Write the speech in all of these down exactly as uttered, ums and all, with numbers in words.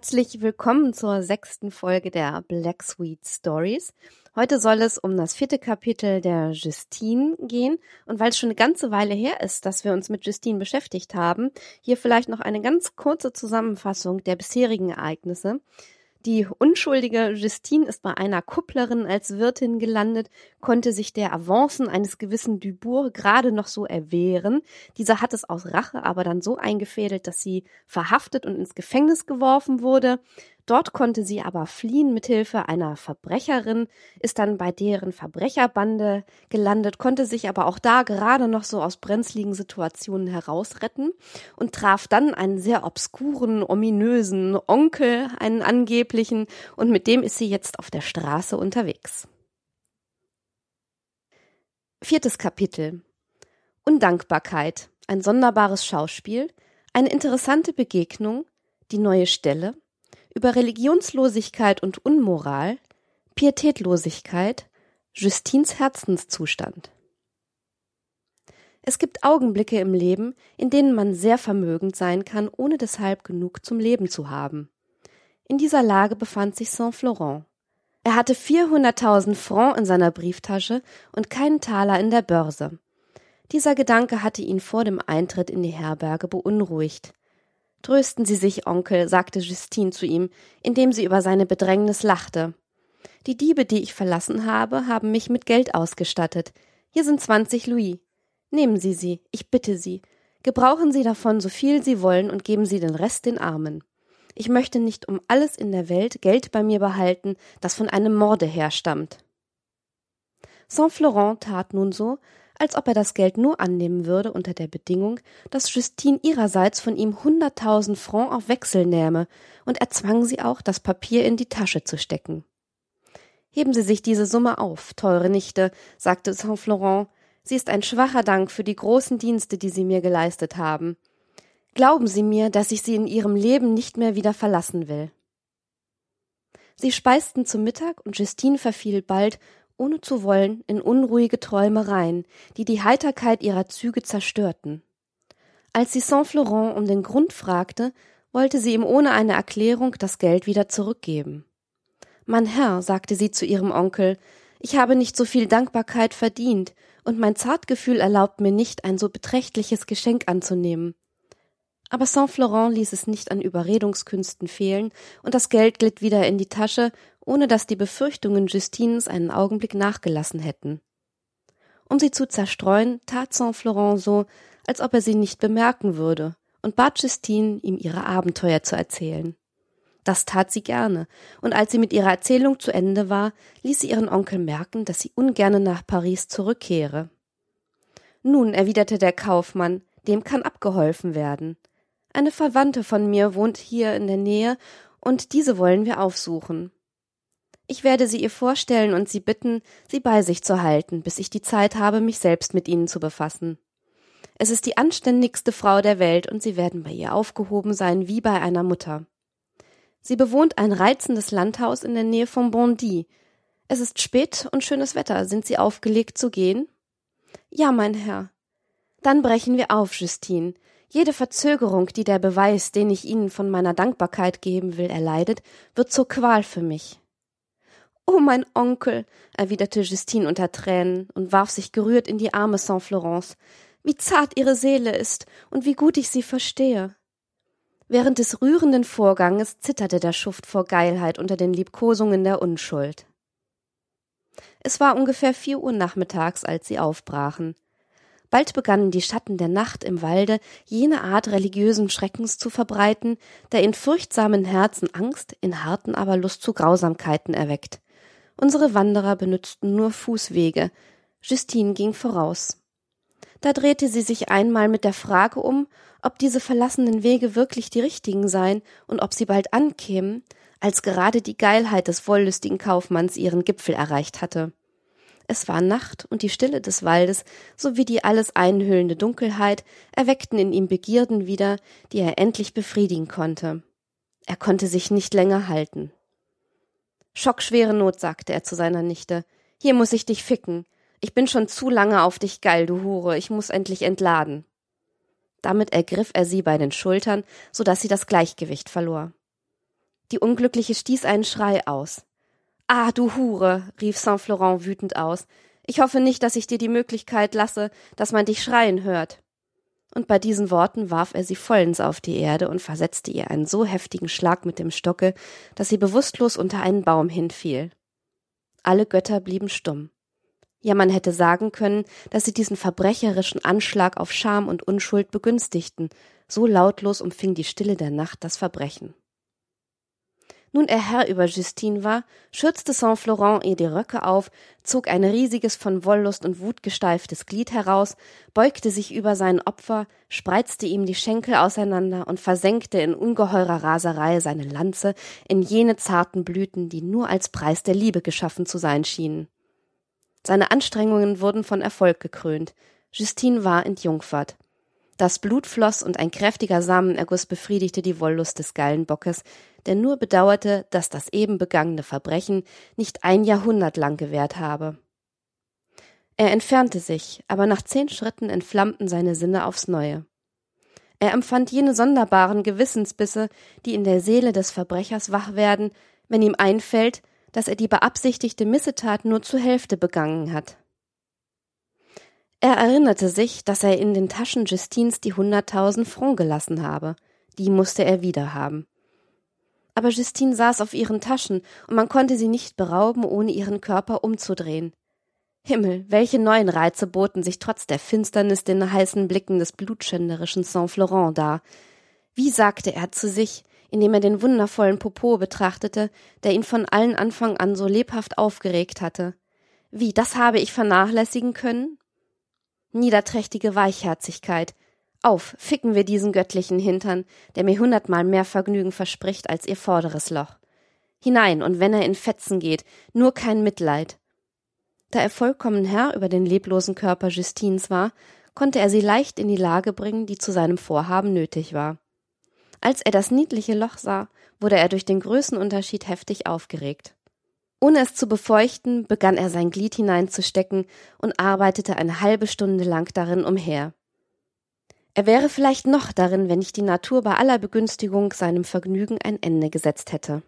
Herzlich willkommen zur sechsten Folge der Black Sweet Stories. Heute soll es um das vierte Kapitel der Justine gehen. Und weil es schon eine ganze Weile her ist, dass wir uns mit Justine beschäftigt haben, hier vielleicht noch eine ganz kurze Zusammenfassung der bisherigen Ereignisse. Die unschuldige Justine ist bei einer Kupplerin als Wirtin gelandet, konnte sich der Avancen eines gewissen Dubourg gerade noch so erwehren. Dieser hat es aus Rache aber dann so eingefädelt, dass sie verhaftet und ins Gefängnis geworfen wurde. Dort konnte sie aber fliehen mit Hilfe einer Verbrecherin, ist dann bei deren Verbrecherbande gelandet, konnte sich aber auch da gerade noch so aus brenzligen Situationen herausretten und traf dann einen sehr obskuren, ominösen Onkel, einen angeblichen, und mit dem ist sie jetzt auf der Straße unterwegs. Viertes Kapitel. Undankbarkeit, ein sonderbares Schauspiel, eine interessante Begegnung, die neue Stelle, über Religionslosigkeit und Unmoral, Pietätlosigkeit, Justines Herzenszustand. Es gibt Augenblicke im Leben, in denen man sehr vermögend sein kann, ohne deshalb genug zum Leben zu haben. In dieser Lage befand sich Saint-Florent. Er hatte vierhunderttausend Francs in seiner Brieftasche und keinen Taler in der Börse. Dieser Gedanke hatte ihn vor dem Eintritt in die Herberge beunruhigt. »Trösten Sie sich, Onkel«, sagte Justine zu ihm, indem sie über seine Bedrängnis lachte. »Die Diebe, die ich verlassen habe, haben mich mit Geld ausgestattet. Hier sind zwanzig Louis. Nehmen Sie sie, ich bitte Sie. Gebrauchen Sie davon so viel Sie wollen und geben Sie den Rest den Armen. Ich möchte nicht um alles in der Welt Geld bei mir behalten, das von einem Morde herstammt.« Saint-Florent tat nun so, als ob er das Geld nur annehmen würde unter der Bedingung, dass Justine ihrerseits von ihm hunderttausend Francs auf Wechsel nähme, und er zwang sie auch, das Papier in die Tasche zu stecken. »Heben Sie sich diese Summe auf, teure Nichte«, sagte Saint-Florent, »sie ist ein schwacher Dank für die großen Dienste, die Sie mir geleistet haben. Glauben Sie mir, dass ich Sie in Ihrem Leben nicht mehr wieder verlassen will.« Sie speisten zu Mittag, und Justine verfiel bald, ohne zu wollen, in unruhige Träumereien, die die Heiterkeit ihrer Züge zerstörten. Als sie Saint-Florent um den Grund fragte, wollte sie ihm ohne eine Erklärung das Geld wieder zurückgeben. »Mein Herr«, sagte sie zu ihrem Onkel, »ich habe nicht so viel Dankbarkeit verdient, und mein Zartgefühl erlaubt mir nicht, ein so beträchtliches Geschenk anzunehmen.« Aber Saint-Florent ließ es nicht an Überredungskünsten fehlen, und das Geld glitt wieder in die Tasche, ohne dass die Befürchtungen Justines einen Augenblick nachgelassen hätten. Um sie zu zerstreuen, tat Saint-Florent so, als ob er sie nicht bemerken würde, und bat Justine, ihm ihre Abenteuer zu erzählen. Das tat sie gerne, und als sie mit ihrer Erzählung zu Ende war, ließ sie ihren Onkel merken, dass sie ungerne nach Paris zurückkehre. »Nun«, erwiderte der Kaufmann, »dem kann abgeholfen werden. Eine Verwandte von mir wohnt hier in der Nähe, und diese wollen wir aufsuchen. Ich werde sie ihr vorstellen und sie bitten, sie bei sich zu halten, bis ich die Zeit habe, mich selbst mit ihnen zu befassen. Es ist die anständigste Frau der Welt, und sie werden bei ihr aufgehoben sein wie bei einer Mutter. Sie bewohnt ein reizendes Landhaus in der Nähe von Bondy. Es ist spät und schönes Wetter. Sind Sie aufgelegt zu gehen?« »Ja, mein Herr.« »Dann brechen wir auf, Justine. Jede Verzögerung, die der Beweis, den ich Ihnen von meiner Dankbarkeit geben will, erleidet, wird zur Qual für mich.« »Oh, mein Onkel«, erwiderte Justine unter Tränen und warf sich gerührt in die Arme Saint-Florents, »wie zart Ihre Seele ist und wie gut ich sie verstehe.« Während des rührenden Vorganges zitterte der Schuft vor Geilheit unter den Liebkosungen der Unschuld. Es war ungefähr vier Uhr nachmittags, als sie aufbrachen. Bald begannen die Schatten der Nacht im Walde jene Art religiösen Schreckens zu verbreiten, der in furchtsamen Herzen Angst, in harten aber Lust zu Grausamkeiten erweckt. Unsere Wanderer benützten nur Fußwege. Justine ging voraus. Da drehte sie sich einmal mit der Frage um, ob diese verlassenen Wege wirklich die richtigen seien und ob sie bald ankämen, als gerade die Geilheit des wollüstigen Kaufmanns ihren Gipfel erreicht hatte. Es war Nacht, und die Stille des Waldes sowie die alles einhüllende Dunkelheit erweckten in ihm Begierden wieder, die er endlich befriedigen konnte. Er konnte sich nicht länger halten. »Schockschwere Not«, sagte er zu seiner Nichte, »hier muß ich dich ficken. Ich bin schon zu lange auf dich geil, du Hure, ich muß endlich entladen.« Damit ergriff er sie bei den Schultern, so daß sie das Gleichgewicht verlor. Die Unglückliche stieß einen Schrei aus. »Ah, du Hure«, rief Saint-Florent wütend aus, »ich hoffe nicht, dass ich dir die Möglichkeit lasse, dass man dich schreien hört.« Und bei diesen Worten warf er sie vollends auf die Erde und versetzte ihr einen so heftigen Schlag mit dem Stocke, dass sie bewusstlos unter einen Baum hinfiel. Alle Götter blieben stumm. Ja, man hätte sagen können, dass sie diesen verbrecherischen Anschlag auf Scham und Unschuld begünstigten, so lautlos umfing die Stille der Nacht das Verbrechen. Nun er Herr über Justine war, schürzte Saint-Florent ihr die Röcke auf, zog ein riesiges, von Wollust und Wut gesteiftes Glied heraus, beugte sich über sein Opfer, spreizte ihm die Schenkel auseinander und versenkte in ungeheurer Raserei seine Lanze in jene zarten Blüten, die nur als Preis der Liebe geschaffen zu sein schienen. Seine Anstrengungen wurden von Erfolg gekrönt. Justine war entjungfert. Das Blut floss und ein kräftiger Samenerguss befriedigte die Wollust des Gallenbockes, der nur bedauerte, dass das eben begangene Verbrechen nicht ein Jahrhundert lang gewährt habe. Er entfernte sich, aber nach zehn Schritten entflammten seine Sinne aufs Neue. Er empfand jene sonderbaren Gewissensbisse, die in der Seele des Verbrechers wach werden, wenn ihm einfällt, dass er die beabsichtigte Missetat nur zur Hälfte begangen hat. Er erinnerte sich, dass er in den Taschen Justines die hunderttausend Francs gelassen habe. Die musste er wiederhaben. Aber Justine saß auf ihren Taschen, und man konnte sie nicht berauben, ohne ihren Körper umzudrehen. Himmel, welche neuen Reize boten sich trotz der Finsternis den heißen Blicken des blutschänderischen Saint-Florent dar. Wie sagte er zu sich, indem er den wundervollen Popo betrachtete, der ihn von allen Anfang an so lebhaft aufgeregt hatte. Wie, das habe ich vernachlässigen können? Niederträchtige Weichherzigkeit. Auf, ficken wir diesen göttlichen Hintern, der mir hundertmal mehr Vergnügen verspricht als ihr vorderes Loch. Hinein, und wenn er in Fetzen geht, nur kein Mitleid. Da er vollkommen Herr über den leblosen Körper Justines war, konnte er sie leicht in die Lage bringen, die zu seinem Vorhaben nötig war. Als er das niedliche Loch sah, wurde er durch den Größenunterschied heftig aufgeregt. Ohne es zu befeuchten, begann er sein Glied hineinzustecken und arbeitete eine halbe Stunde lang darin umher. Er wäre vielleicht noch darin, wenn nicht die Natur bei aller Begünstigung seinem Vergnügen ein Ende gesetzt hätte.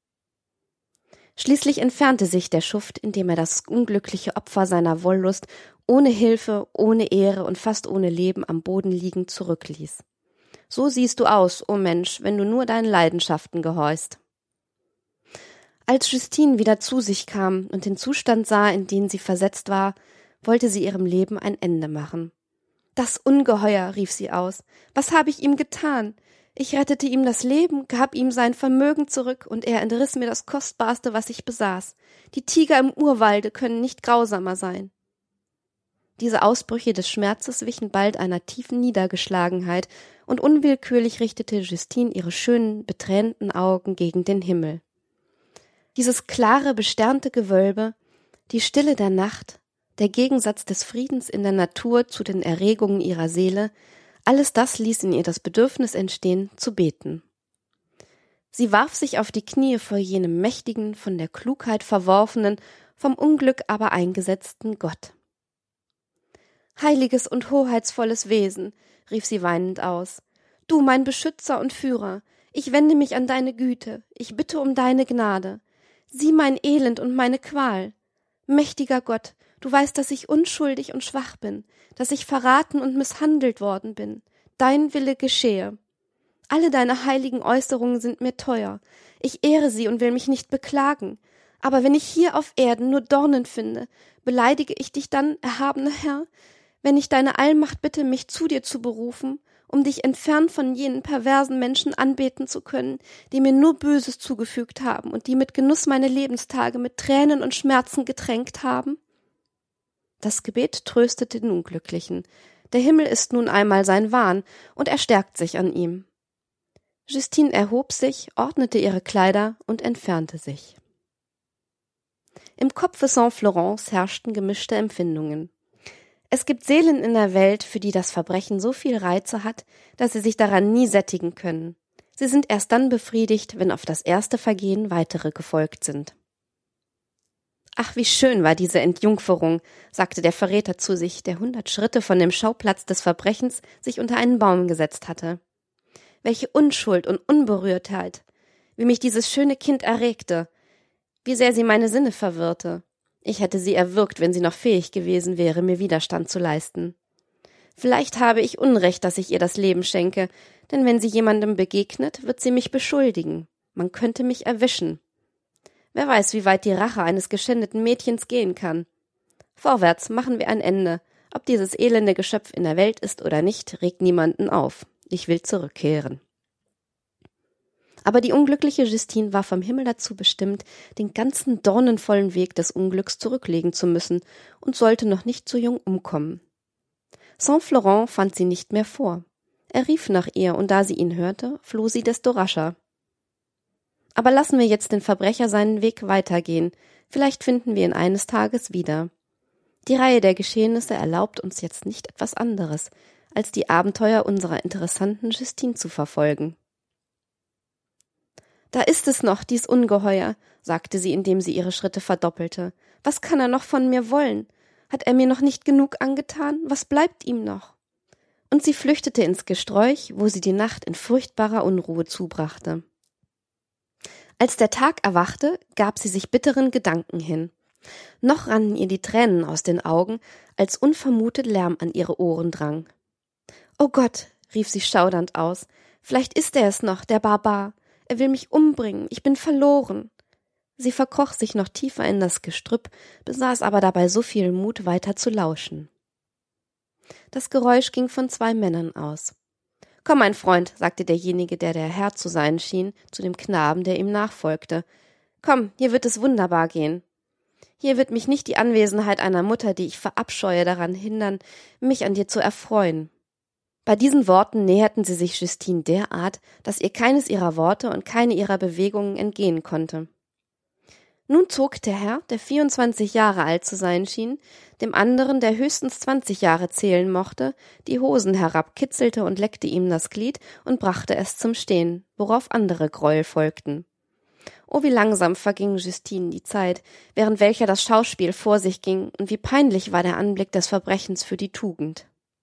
Schließlich entfernte sich der Schuft, indem er das unglückliche Opfer seiner Wollust ohne Hilfe, ohne Ehre und fast ohne Leben am Boden liegend zurückließ. So siehst du aus, o Mensch, wenn du nur deinen Leidenschaften gehorchst. Als Justine wieder zu sich kam und den Zustand sah, in den sie versetzt war, wollte sie ihrem Leben ein Ende machen. »Das Ungeheuer«, rief sie aus, »was habe ich ihm getan? Ich rettete ihm das Leben, gab ihm sein Vermögen zurück, und er entriss mir das Kostbarste, was ich besaß. Die Tiger im Urwalde können nicht grausamer sein.« Diese Ausbrüche des Schmerzes wichen bald einer tiefen Niedergeschlagenheit, und unwillkürlich richtete Justine ihre schönen, betränten Augen gegen den Himmel. Dieses klare, besternte Gewölbe, die Stille der Nacht, der Gegensatz des Friedens in der Natur zu den Erregungen ihrer Seele, alles das ließ in ihr das Bedürfnis entstehen, zu beten. Sie warf sich auf die Knie vor jenem mächtigen, von der Klugheit verworfenen, vom Unglück aber eingesetzten Gott. »Heiliges und hoheitsvolles Wesen«, rief sie weinend aus, »du, mein Beschützer und Führer, ich wende mich an deine Güte, ich bitte um deine Gnade. Sieh mein Elend und meine Qual. Mächtiger Gott, du weißt, dass ich unschuldig und schwach bin, dass ich verraten und misshandelt worden bin. Dein Wille geschehe. Alle deine heiligen Äußerungen sind mir teuer. Ich ehre sie und will mich nicht beklagen. Aber wenn ich hier auf Erden nur Dornen finde, beleidige ich dich dann, erhabener Herr, wenn ich deine Allmacht bitte, mich zu dir zu berufen, um dich entfernt von jenen perversen Menschen anbeten zu können, die mir nur Böses zugefügt haben und die mit Genuss meine Lebenstage mit Tränen und Schmerzen getränkt haben? Das Gebet tröstete den Unglücklichen. Der Himmel ist nun einmal sein Wahn, und er stärkt sich an ihm. Justine erhob sich, ordnete ihre Kleider und entfernte sich. Im Kopfe Saint-Florents herrschten gemischte Empfindungen. Es gibt Seelen in der Welt, für die das Verbrechen so viel Reize hat, dass sie sich daran nie sättigen können. Sie sind erst dann befriedigt, wenn auf das erste Vergehen weitere gefolgt sind. »Ach, wie schön war diese Entjungferung«, sagte der Verräter zu sich, der hundert Schritte von dem Schauplatz des Verbrechens sich unter einen Baum gesetzt hatte. »Welche Unschuld und Unberührtheit! wie mich dieses schöne Kind erregte, wie sehr sie meine Sinne verwirrte. Ich hätte sie erwürgt, wenn sie noch fähig gewesen wäre, mir Widerstand zu leisten. Vielleicht habe ich Unrecht, dass ich ihr das Leben schenke, denn wenn sie jemandem begegnet, wird sie mich beschuldigen. Man könnte mich erwischen. Wer weiß, wie weit die Rache eines geschändeten Mädchens gehen kann. Vorwärts, machen wir ein Ende. Ob dieses elende Geschöpf in der Welt ist oder nicht, regt niemanden auf. Ich will zurückkehren. Aber die unglückliche Justine war vom Himmel dazu bestimmt, den ganzen dornenvollen Weg des Unglücks zurücklegen zu müssen und sollte noch nicht so jung umkommen. Saint-Florent fand sie nicht mehr vor. Er rief nach ihr, und da sie ihn hörte, floh sie desto rascher. Aber lassen wir jetzt den Verbrecher seinen Weg weitergehen. Vielleicht finden wir ihn eines Tages wieder. Die Reihe der Geschehnisse erlaubt uns jetzt nicht etwas anderes, als die Abenteuer unserer interessanten Justine zu verfolgen. »Da ist es noch, dies Ungeheuer«, sagte sie, indem sie ihre Schritte verdoppelte. »Was kann er noch von mir wollen? Hat er mir noch nicht genug angetan? Was bleibt ihm noch?« Und sie flüchtete ins Gesträuch, wo sie die Nacht in furchtbarer Unruhe zubrachte. Als der Tag erwachte, gab sie sich bitteren Gedanken hin. Noch rannen ihr die Tränen aus den Augen, als unvermutet Lärm an ihre Ohren drang. »Oh Gott«, rief sie schaudernd aus, »vielleicht ist er es noch, der Barbar. Er will mich umbringen, ich bin verloren.« Sie verkroch sich noch tiefer in das Gestrüpp, besaß aber dabei so viel Mut, weiter zu lauschen. Das Geräusch ging von zwei Männern aus. »Komm, mein Freund«, sagte derjenige, der der Herr zu sein schien, zu dem Knaben, der ihm nachfolgte. »Komm, hier wird es wunderbar gehen. Hier wird mich nicht die Anwesenheit einer Mutter, die ich verabscheue, daran hindern, mich an dir zu erfreuen.« Bei diesen Worten näherten sie sich Justine derart, dass ihr keines ihrer Worte und keine ihrer Bewegungen entgehen konnte. Nun zog der Herr, der vierundzwanzig Jahre alt zu sein schien, dem anderen, der höchstens zwanzig Jahre zählen mochte, die Hosen herab, kitzelte und leckte ihm das Glied und brachte es zum Stehen, worauf andere Gräuel folgten. Oh, wie langsam verging Justine die Zeit, während welcher das Schauspiel vor sich ging, und wie peinlich war der Anblick des Verbrechens für die Tugend.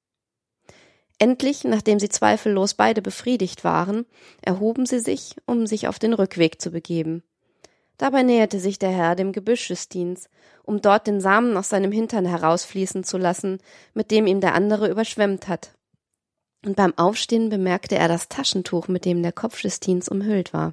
Endlich, nachdem sie zweifellos beide befriedigt waren, erhoben sie sich, um sich auf den Rückweg zu begeben. Dabei näherte sich der Herr dem Gebüsch Justines, um dort den Samen aus seinem Hintern herausfließen zu lassen, mit dem ihm der andere überschwemmt hat. Und beim Aufstehen bemerkte er das Taschentuch, mit dem der Kopf Justines umhüllt war.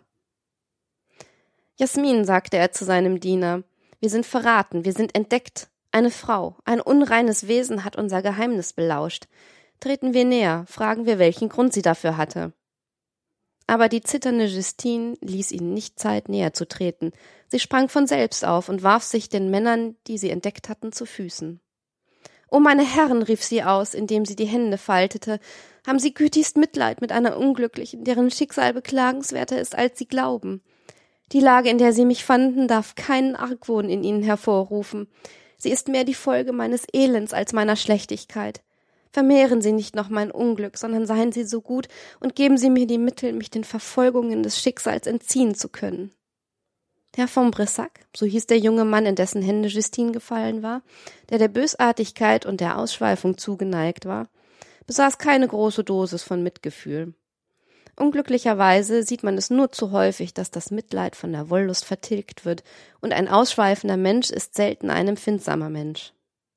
»Jasmin«, sagte er zu seinem Diener, »wir sind verraten, wir sind entdeckt. Eine Frau, ein unreines Wesen hat unser Geheimnis belauscht. Treten wir näher, fragen wir, welchen Grund sie dafür hatte.« Aber die zitternde Justine ließ ihnen nicht Zeit, näher zu treten. Sie sprang von selbst auf und warf sich den Männern, die sie entdeckt hatten, zu Füßen. »O meine Herren«, rief sie aus, indem sie die Hände faltete, »haben Sie gütigst Mitleid mit einer Unglücklichen, deren Schicksal beklagenswerter ist, als Sie glauben. Die Lage, in der Sie mich fanden, darf keinen Argwohn in Ihnen hervorrufen. Sie ist mehr die Folge meines Elends als meiner Schlechtigkeit. Vermehren Sie nicht noch mein Unglück, sondern seien Sie so gut und geben Sie mir die Mittel, mich den Verfolgungen des Schicksals entziehen zu können.« Herr von Brissac, so hieß der junge Mann, in dessen Hände Justine gefallen war, der der Bösartigkeit und der Ausschweifung zugeneigt war, besaß keine große Dosis von Mitgefühl. Unglücklicherweise sieht man es nur zu häufig, dass das Mitleid von der Wollust vertilgt wird, und ein ausschweifender Mensch ist selten ein empfindsamer Mensch.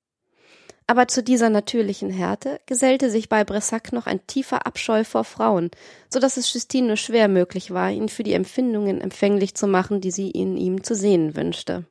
Aber zu dieser natürlichen Härte gesellte sich bei Brissac noch ein tiefer Abscheu vor Frauen, so dass es Justine nur schwer möglich war, ihn für die Empfindungen empfänglich zu machen, die sie in ihm zu sehen wünschte.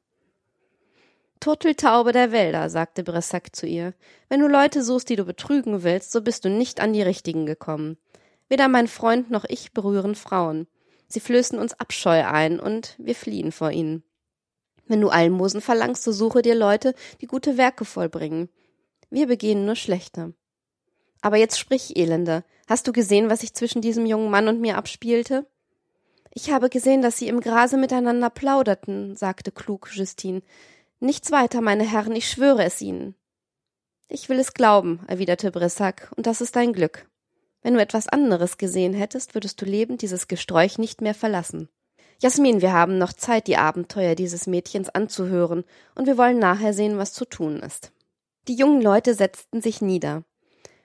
»Turteltaube der Wälder«, sagte Brissac zu ihr, »wenn du Leute suchst, die du betrügen willst, so bist du nicht an die Richtigen gekommen. Weder mein Freund noch ich berühren Frauen. Sie flößen uns Abscheu ein, und wir fliehen vor ihnen. Wenn du Almosen verlangst, so suche dir Leute, die gute Werke vollbringen. Wir begehen nur schlechte. Aber jetzt sprich, Elende, hast du gesehen, was sich zwischen diesem jungen Mann und mir abspielte?« »Ich habe gesehen, dass sie im Grase miteinander plauderten«, sagte klug Justine. »Nichts weiter, meine Herren, ich schwöre es Ihnen.« »Ich will es glauben«, erwiderte Brissac, »und das ist dein Glück. Wenn du etwas anderes gesehen hättest, würdest du lebend dieses Gesträuch nicht mehr verlassen. Jasmin, wir haben noch Zeit, die Abenteuer dieses Mädchens anzuhören, und wir wollen nachher sehen, was zu tun ist.« Die jungen Leute setzten sich nieder.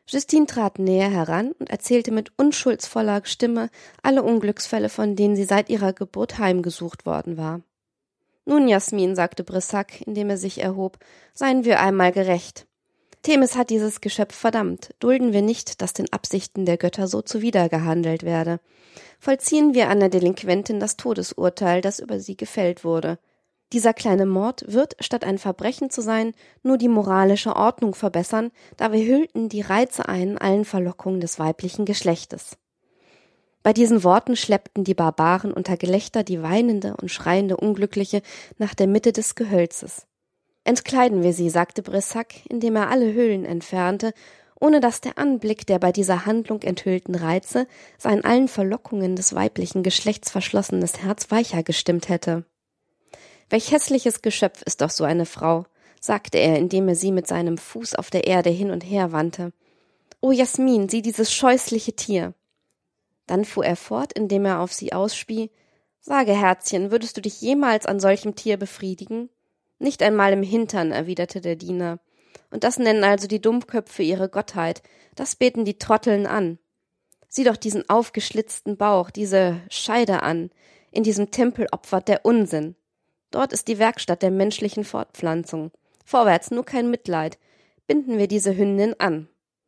Justine trat näher heran und erzählte mit unschuldsvoller Stimme alle Unglücksfälle, von denen sie seit ihrer Geburt heimgesucht worden war. »Nun, Jasmin«, sagte Brissac, indem er sich erhob, »seien wir einmal gerecht. Themis hat dieses Geschöpf verdammt. Dulden wir nicht, dass den Absichten der Götter so zuwidergehandelt werde. Vollziehen wir an der Delinquentin das Todesurteil, das über sie gefällt wurde. Dieser kleine Mord wird, statt ein Verbrechen zu sein, nur die moralische Ordnung verbessern, da wir hüllten die Reize ein allen Verlockungen des weiblichen Geschlechtes.« Bei diesen Worten schleppten die Barbaren unter Gelächter die weinende und schreiende Unglückliche nach der Mitte des Gehölzes. »Entkleiden wir sie«, sagte Brissac, indem er alle Hüllen entfernte, ohne dass der Anblick der bei dieser Handlung enthüllten Reize sein allen Verlockungen des weiblichen Geschlechts verschlossenes Herz weicher gestimmt hätte. »Welch hässliches Geschöpf ist doch so eine Frau«, sagte er, indem er sie mit seinem Fuß auf der Erde hin und her wandte. »O Jasmin, sieh dieses scheußliche Tier!« Dann fuhr er fort, indem er auf sie ausspie, »Sage, Herzchen, würdest du dich jemals an solchem Tier befriedigen?« »Nicht einmal im Hintern«, erwiderte der Diener. »Und das nennen also die Dummköpfe ihre Gottheit, das beten die Trotteln an. Sieh doch diesen aufgeschlitzten Bauch, diese Scheide an, in diesem Tempel opfert der Unsinn. Dort ist die Werkstatt der menschlichen Fortpflanzung. Vorwärts, nur kein Mitleid. Binden wir diese Hündin an.«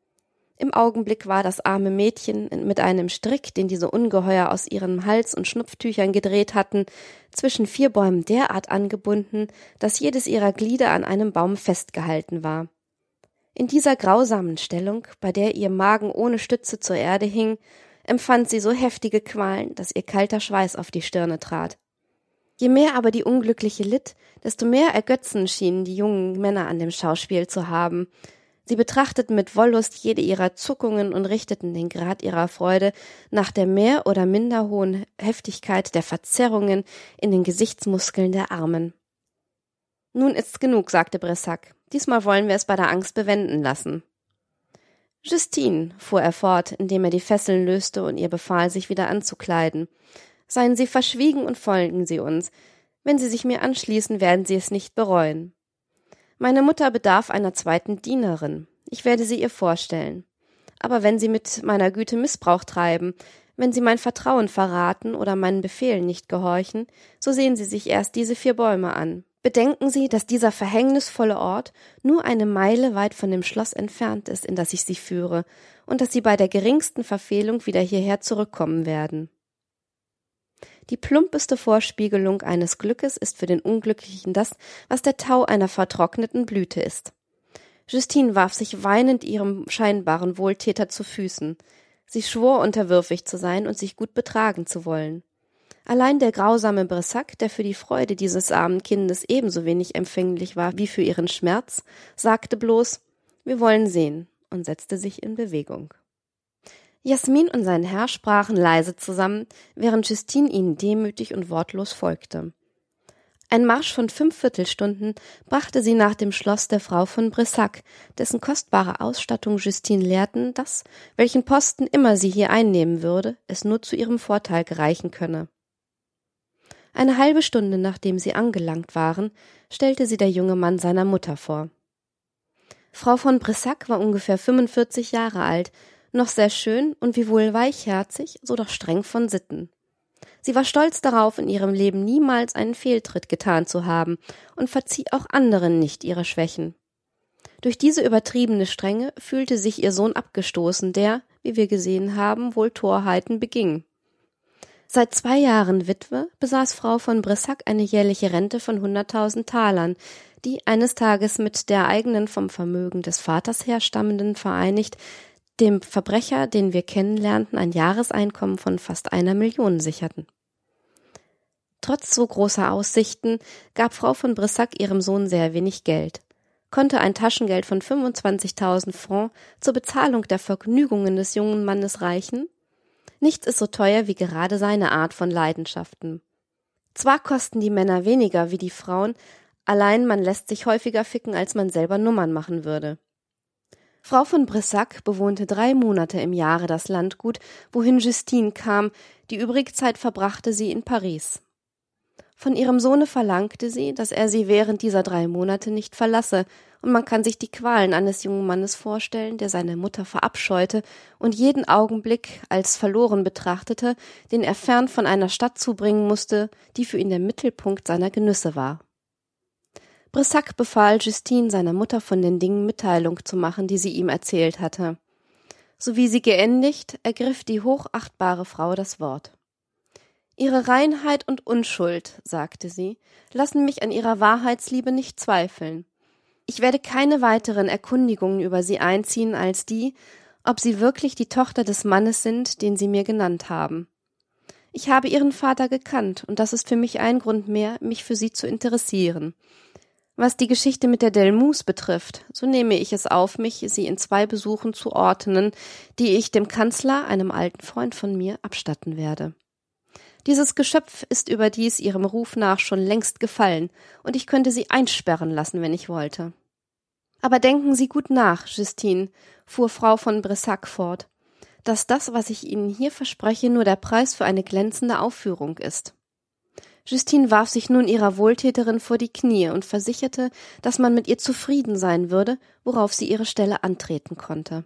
Im Augenblick war das arme Mädchen mit einem Strick, den diese Ungeheuer aus ihrem Hals und Schnupftüchern gedreht hatten, zwischen vier Bäumen derart angebunden, dass jedes ihrer Glieder an einem Baum festgehalten war. In dieser grausamen Stellung, bei der ihr Magen ohne Stütze zur Erde hing, empfand sie so heftige Qualen, dass ihr kalter Schweiß auf die Stirne trat. Je mehr aber die Unglückliche litt, desto mehr Ergötzen schienen die jungen Männer an dem Schauspiel zu haben. Sie betrachteten mit Wollust jede ihrer Zuckungen und richteten den Grad ihrer Freude nach der mehr oder minder hohen Heftigkeit der Verzerrungen in den Gesichtsmuskeln der Armen. »Nun ist's genug«, sagte Brissac. »Diesmal wollen wir es bei der Angst bewenden lassen.« »Justine«, fuhr er fort, indem er die Fesseln löste und ihr befahl, sich wieder anzukleiden, »seien Sie verschwiegen und folgen Sie uns. Wenn Sie sich mir anschließen, werden Sie es nicht bereuen. Meine Mutter bedarf einer zweiten Dienerin. Ich werde sie ihr vorstellen. Aber wenn Sie mit meiner Güte Missbrauch treiben, wenn Sie mein Vertrauen verraten oder meinen Befehlen nicht gehorchen, so sehen Sie sich erst diese vier Bäume an. Bedenken Sie, dass dieser verhängnisvolle Ort nur eine Meile weit von dem Schloss entfernt ist, in das ich Sie führe, und dass Sie bei der geringsten Verfehlung wieder hierher zurückkommen werden. Die plumpeste Vorspiegelung eines Glückes ist für den Unglücklichen das, was der Tau einer vertrockneten Blüte ist. Justine warf sich weinend ihrem scheinbaren Wohltäter zu Füßen. Sie schwor, unterwürfig zu sein und sich gut betragen zu wollen. Allein der grausame Brissac, der für die Freude dieses armen Kindes ebenso wenig empfänglich war wie für ihren Schmerz, sagte bloß, »Wir wollen sehen«, und setzte sich in Bewegung. Jasmin und sein Herr sprachen leise zusammen, während Justine ihnen demütig und wortlos folgte. Ein Marsch von fünf Viertelstunden brachte sie nach dem Schloss der Frau von Brissac, dessen kostbare Ausstattung Justine lehrten, dass, welchen Posten immer sie hier einnehmen würde, es nur zu ihrem Vorteil gereichen könne. Eine halbe Stunde, nachdem sie angelangt waren, stellte sie der junge Mann seiner Mutter vor. Frau von Brissac war ungefähr fünfundvierzig Jahre alt, noch sehr schön und wiewohl weichherzig, so doch streng von Sitten. Sie war stolz darauf, in ihrem Leben niemals einen Fehltritt getan zu haben und verzieh auch anderen nicht ihre Schwächen. Durch diese übertriebene Strenge fühlte sich ihr Sohn abgestoßen, der, wie wir gesehen haben, wohl Torheiten beging. Seit zwei Jahren Witwe besaß Frau von Brissac eine jährliche Rente von hunderttausend Talern, die eines Tages mit der eigenen vom Vermögen des Vaters herstammenden vereinigt dem Verbrecher, den wir kennenlernten, ein Jahreseinkommen von fast einer Million sicherten. Trotz so großer Aussichten gab Frau von Brissac ihrem Sohn sehr wenig Geld. Konnte ein Taschengeld von fünfundzwanzigtausend Francs zur Bezahlung der Vergnügungen des jungen Mannes reichen? Nichts ist so teuer wie gerade seine Art von Leidenschaften. Zwar kosten die Männer weniger wie die Frauen, allein man lässt sich häufiger ficken, als man selber Nummern machen würde. Frau von Brissac bewohnte drei Monate im Jahre das Landgut, wohin Justine kam, die übrige Zeit verbrachte sie in Paris. Von ihrem Sohne verlangte sie, dass er sie während dieser drei Monate nicht verlasse, und man kann sich die Qualen eines jungen Mannes vorstellen, der seine Mutter verabscheute und jeden Augenblick als verloren betrachtete, den er fern von einer Stadt zubringen musste, die für ihn der Mittelpunkt seiner Genüsse war. Brissac befahl Justine, seiner Mutter von den Dingen Mitteilung zu machen, die sie ihm erzählt hatte. Sowie sie geendigt, ergriff die hochachtbare Frau das Wort. »Ihre Reinheit und Unschuld«, sagte sie, »lassen mich an ihrer Wahrheitsliebe nicht zweifeln. Ich werde keine weiteren Erkundigungen über sie einziehen als die, ob sie wirklich die Tochter des Mannes sind, den sie mir genannt haben. Ich habe ihren Vater gekannt, und das ist für mich ein Grund mehr, mich für sie zu interessieren. Was die Geschichte mit der Delmus betrifft, so nehme ich es auf mich, sie in zwei Besuchen zu ordnen, die ich dem Kanzler, einem alten Freund von mir, abstatten werde. Dieses Geschöpf ist überdies ihrem Ruf nach schon längst gefallen, und ich könnte sie einsperren lassen, wenn ich wollte. Aber denken Sie gut nach, Justine, fuhr Frau von Brissac fort, dass das, was ich Ihnen hier verspreche, nur der Preis für eine glänzende Aufführung ist. Justine warf sich nun ihrer Wohltäterin vor die Knie und versicherte, dass man mit ihr zufrieden sein würde, worauf sie ihre Stelle antreten konnte.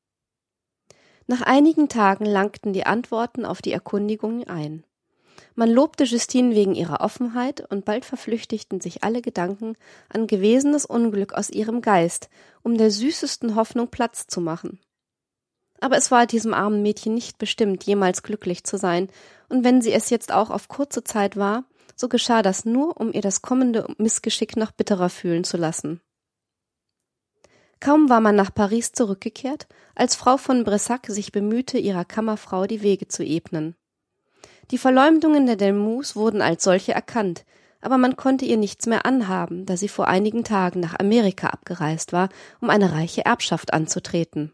Nach einigen Tagen langten die Antworten auf die Erkundigungen ein. Man lobte Justine wegen ihrer Offenheit, und bald verflüchtigten sich alle Gedanken an gewesenes Unglück aus ihrem Geist, um der süßesten Hoffnung Platz zu machen. Aber es war diesem armen Mädchen nicht bestimmt, jemals glücklich zu sein, und wenn sie es jetzt auch auf kurze Zeit war, so geschah das nur, um ihr das kommende Missgeschick noch bitterer fühlen zu lassen. Kaum war man nach Paris zurückgekehrt, als Frau von Brissac sich bemühte, ihrer Kammerfrau die Wege zu ebnen. Die Verleumdungen der Delmus wurden als solche erkannt, aber man konnte ihr nichts mehr anhaben, da sie vor einigen Tagen nach Amerika abgereist war, um eine reiche Erbschaft anzutreten.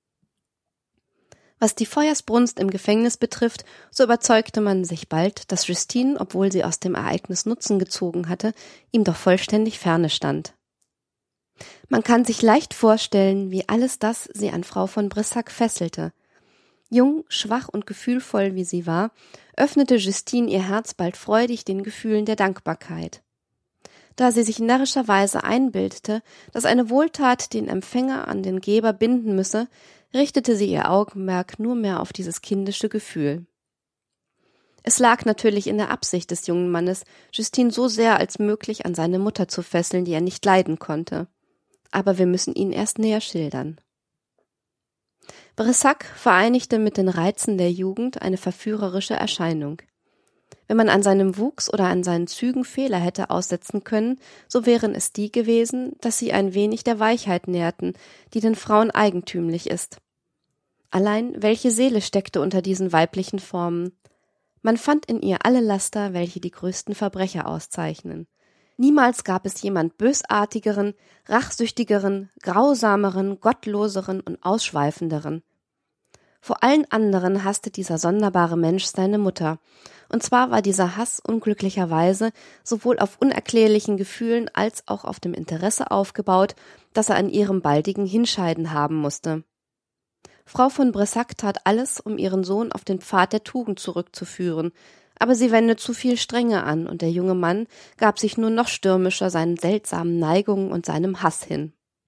Was die Feuersbrunst im Gefängnis betrifft, so überzeugte man sich bald, dass Justine, obwohl sie aus dem Ereignis Nutzen gezogen hatte, ihm doch vollständig ferne stand. Man kann sich leicht vorstellen, wie alles das sie an Frau von Brissac fesselte. Jung, schwach und gefühlvoll wie sie war, öffnete Justine ihr Herz bald freudig den Gefühlen der Dankbarkeit. Da sie sich närrischerweise einbildete, dass eine Wohltat den Empfänger an den Geber binden müsse, richtete sie ihr Augenmerk nur mehr auf dieses kindische Gefühl. Es lag natürlich in der Absicht des jungen Mannes, Justine so sehr als möglich an seine Mutter zu fesseln, die er nicht leiden konnte. Aber wir müssen ihn erst näher schildern. Brissac vereinigte mit den Reizen der Jugend eine verführerische Erscheinung. Wenn man an seinem Wuchs oder an seinen Zügen Fehler hätte aussetzen können, so wären es die gewesen, dass sie ein wenig der Weichheit nährten, die den Frauen eigentümlich ist. Allein, welche Seele steckte unter diesen weiblichen Formen? Man fand in ihr alle Laster, welche die größten Verbrecher auszeichnen. Niemals gab es jemand bösartigeren, rachsüchtigeren, grausameren, gottloseren und ausschweifenderen. Vor allen anderen hasste dieser sonderbare Mensch seine Mutter, und zwar war dieser Hass unglücklicherweise sowohl auf unerklärlichen Gefühlen als auch auf dem Interesse aufgebaut, das er an ihrem baldigen Hinscheiden haben musste. Frau von Brissac tat alles, um ihren Sohn auf den Pfad der Tugend zurückzuführen, aber sie wendete zu viel Strenge an, und der junge Mann gab sich nur noch stürmischer seinen seltsamen Neigungen und seinem Hass hin.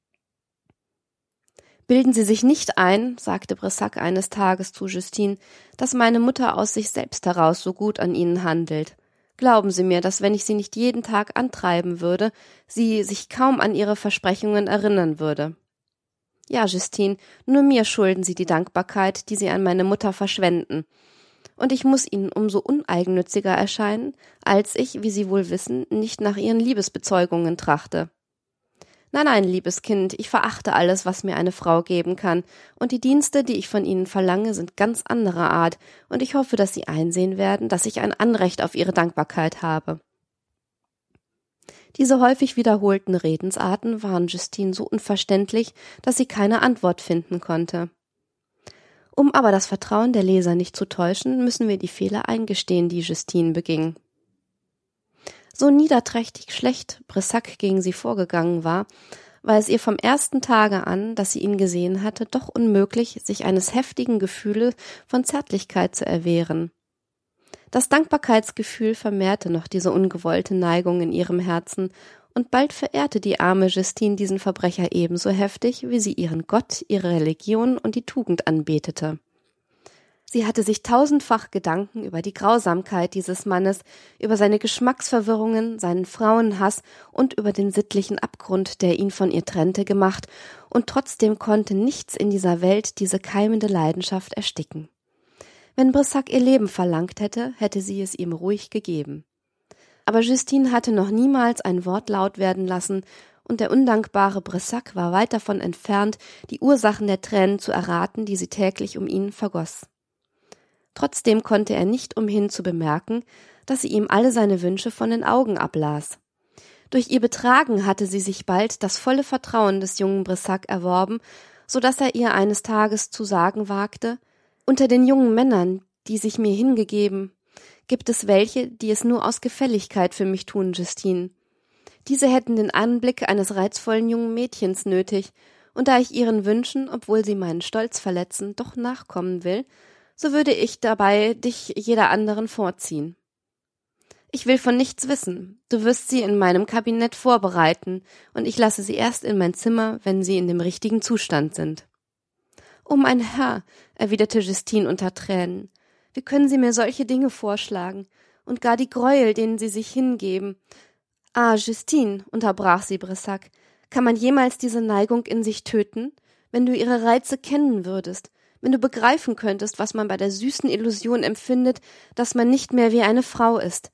»Bilden Sie sich nicht ein«, sagte Brissac eines Tages zu Justine, »dass meine Mutter aus sich selbst heraus so gut an Ihnen handelt. Glauben Sie mir, dass wenn ich Sie nicht jeden Tag antreiben würde, sie sich kaum an Ihre Versprechungen erinnern würde.« »Ja, Justine, nur mir schulden Sie die Dankbarkeit, die Sie an meine Mutter verschwenden. Und ich muss Ihnen umso uneigennütziger erscheinen, als ich, wie Sie wohl wissen, nicht nach Ihren Liebesbezeugungen trachte. Nein, nein, liebes Kind, ich verachte alles, was mir eine Frau geben kann, und die Dienste, die ich von Ihnen verlange, sind ganz anderer Art, und ich hoffe, dass Sie einsehen werden, dass ich ein Anrecht auf Ihre Dankbarkeit habe.« Diese häufig wiederholten Redensarten waren Justine so unverständlich, dass sie keine Antwort finden konnte. Um aber das Vertrauen der Leser nicht zu täuschen, müssen wir die Fehler eingestehen, die Justine beging. So niederträchtig schlecht Brissac gegen sie vorgegangen war, war es ihr vom ersten Tage an, dass sie ihn gesehen hatte, doch unmöglich, sich eines heftigen Gefühles von Zärtlichkeit zu erwehren. Das Dankbarkeitsgefühl vermehrte noch diese ungewollte Neigung in ihrem Herzen, und bald verehrte die arme Justine diesen Verbrecher ebenso heftig, wie sie ihren Gott, ihre Religion und die Tugend anbetete. Sie hatte sich tausendfach Gedanken über die Grausamkeit dieses Mannes, über seine Geschmacksverwirrungen, seinen Frauenhass und über den sittlichen Abgrund, der ihn von ihr trennte, gemacht, und trotzdem konnte nichts in dieser Welt diese keimende Leidenschaft ersticken. Wenn Brissac ihr Leben verlangt hätte, hätte sie es ihm ruhig gegeben. Aber Justine hatte noch niemals ein Wort laut werden lassen, und der undankbare Brissac war weit davon entfernt, die Ursachen der Tränen zu erraten, die sie täglich um ihn vergoss. Trotzdem konnte er nicht umhin zu bemerken, dass sie ihm alle seine Wünsche von den Augen ablas. Durch ihr Betragen hatte sie sich bald das volle Vertrauen des jungen Brissac erworben, so dass er ihr eines Tages zu sagen wagte: »Unter den jungen Männern, die sich mir hingegeben, gibt es welche, die es nur aus Gefälligkeit für mich tun, Justine. Diese hätten den Anblick eines reizvollen jungen Mädchens nötig, und da ich ihren Wünschen, obwohl sie meinen Stolz verletzen, doch nachkommen will, so würde ich dabei dich jeder anderen vorziehen. Ich will von nichts wissen, du wirst sie in meinem Kabinett vorbereiten, und ich lasse sie erst in mein Zimmer, wenn sie in dem richtigen Zustand sind.« »Oh mein Herr«, erwiderte Justine unter Tränen, »wie können Sie mir solche Dinge vorschlagen, und gar die Gräuel, denen Sie sich hingeben?« »Ah, Justine«, unterbrach sie Brissac, »kann man jemals diese Neigung in sich töten? Wenn du ihre Reize kennen würdest, wenn du begreifen könntest, was man bei der süßen Illusion empfindet, dass man nicht mehr wie eine Frau ist.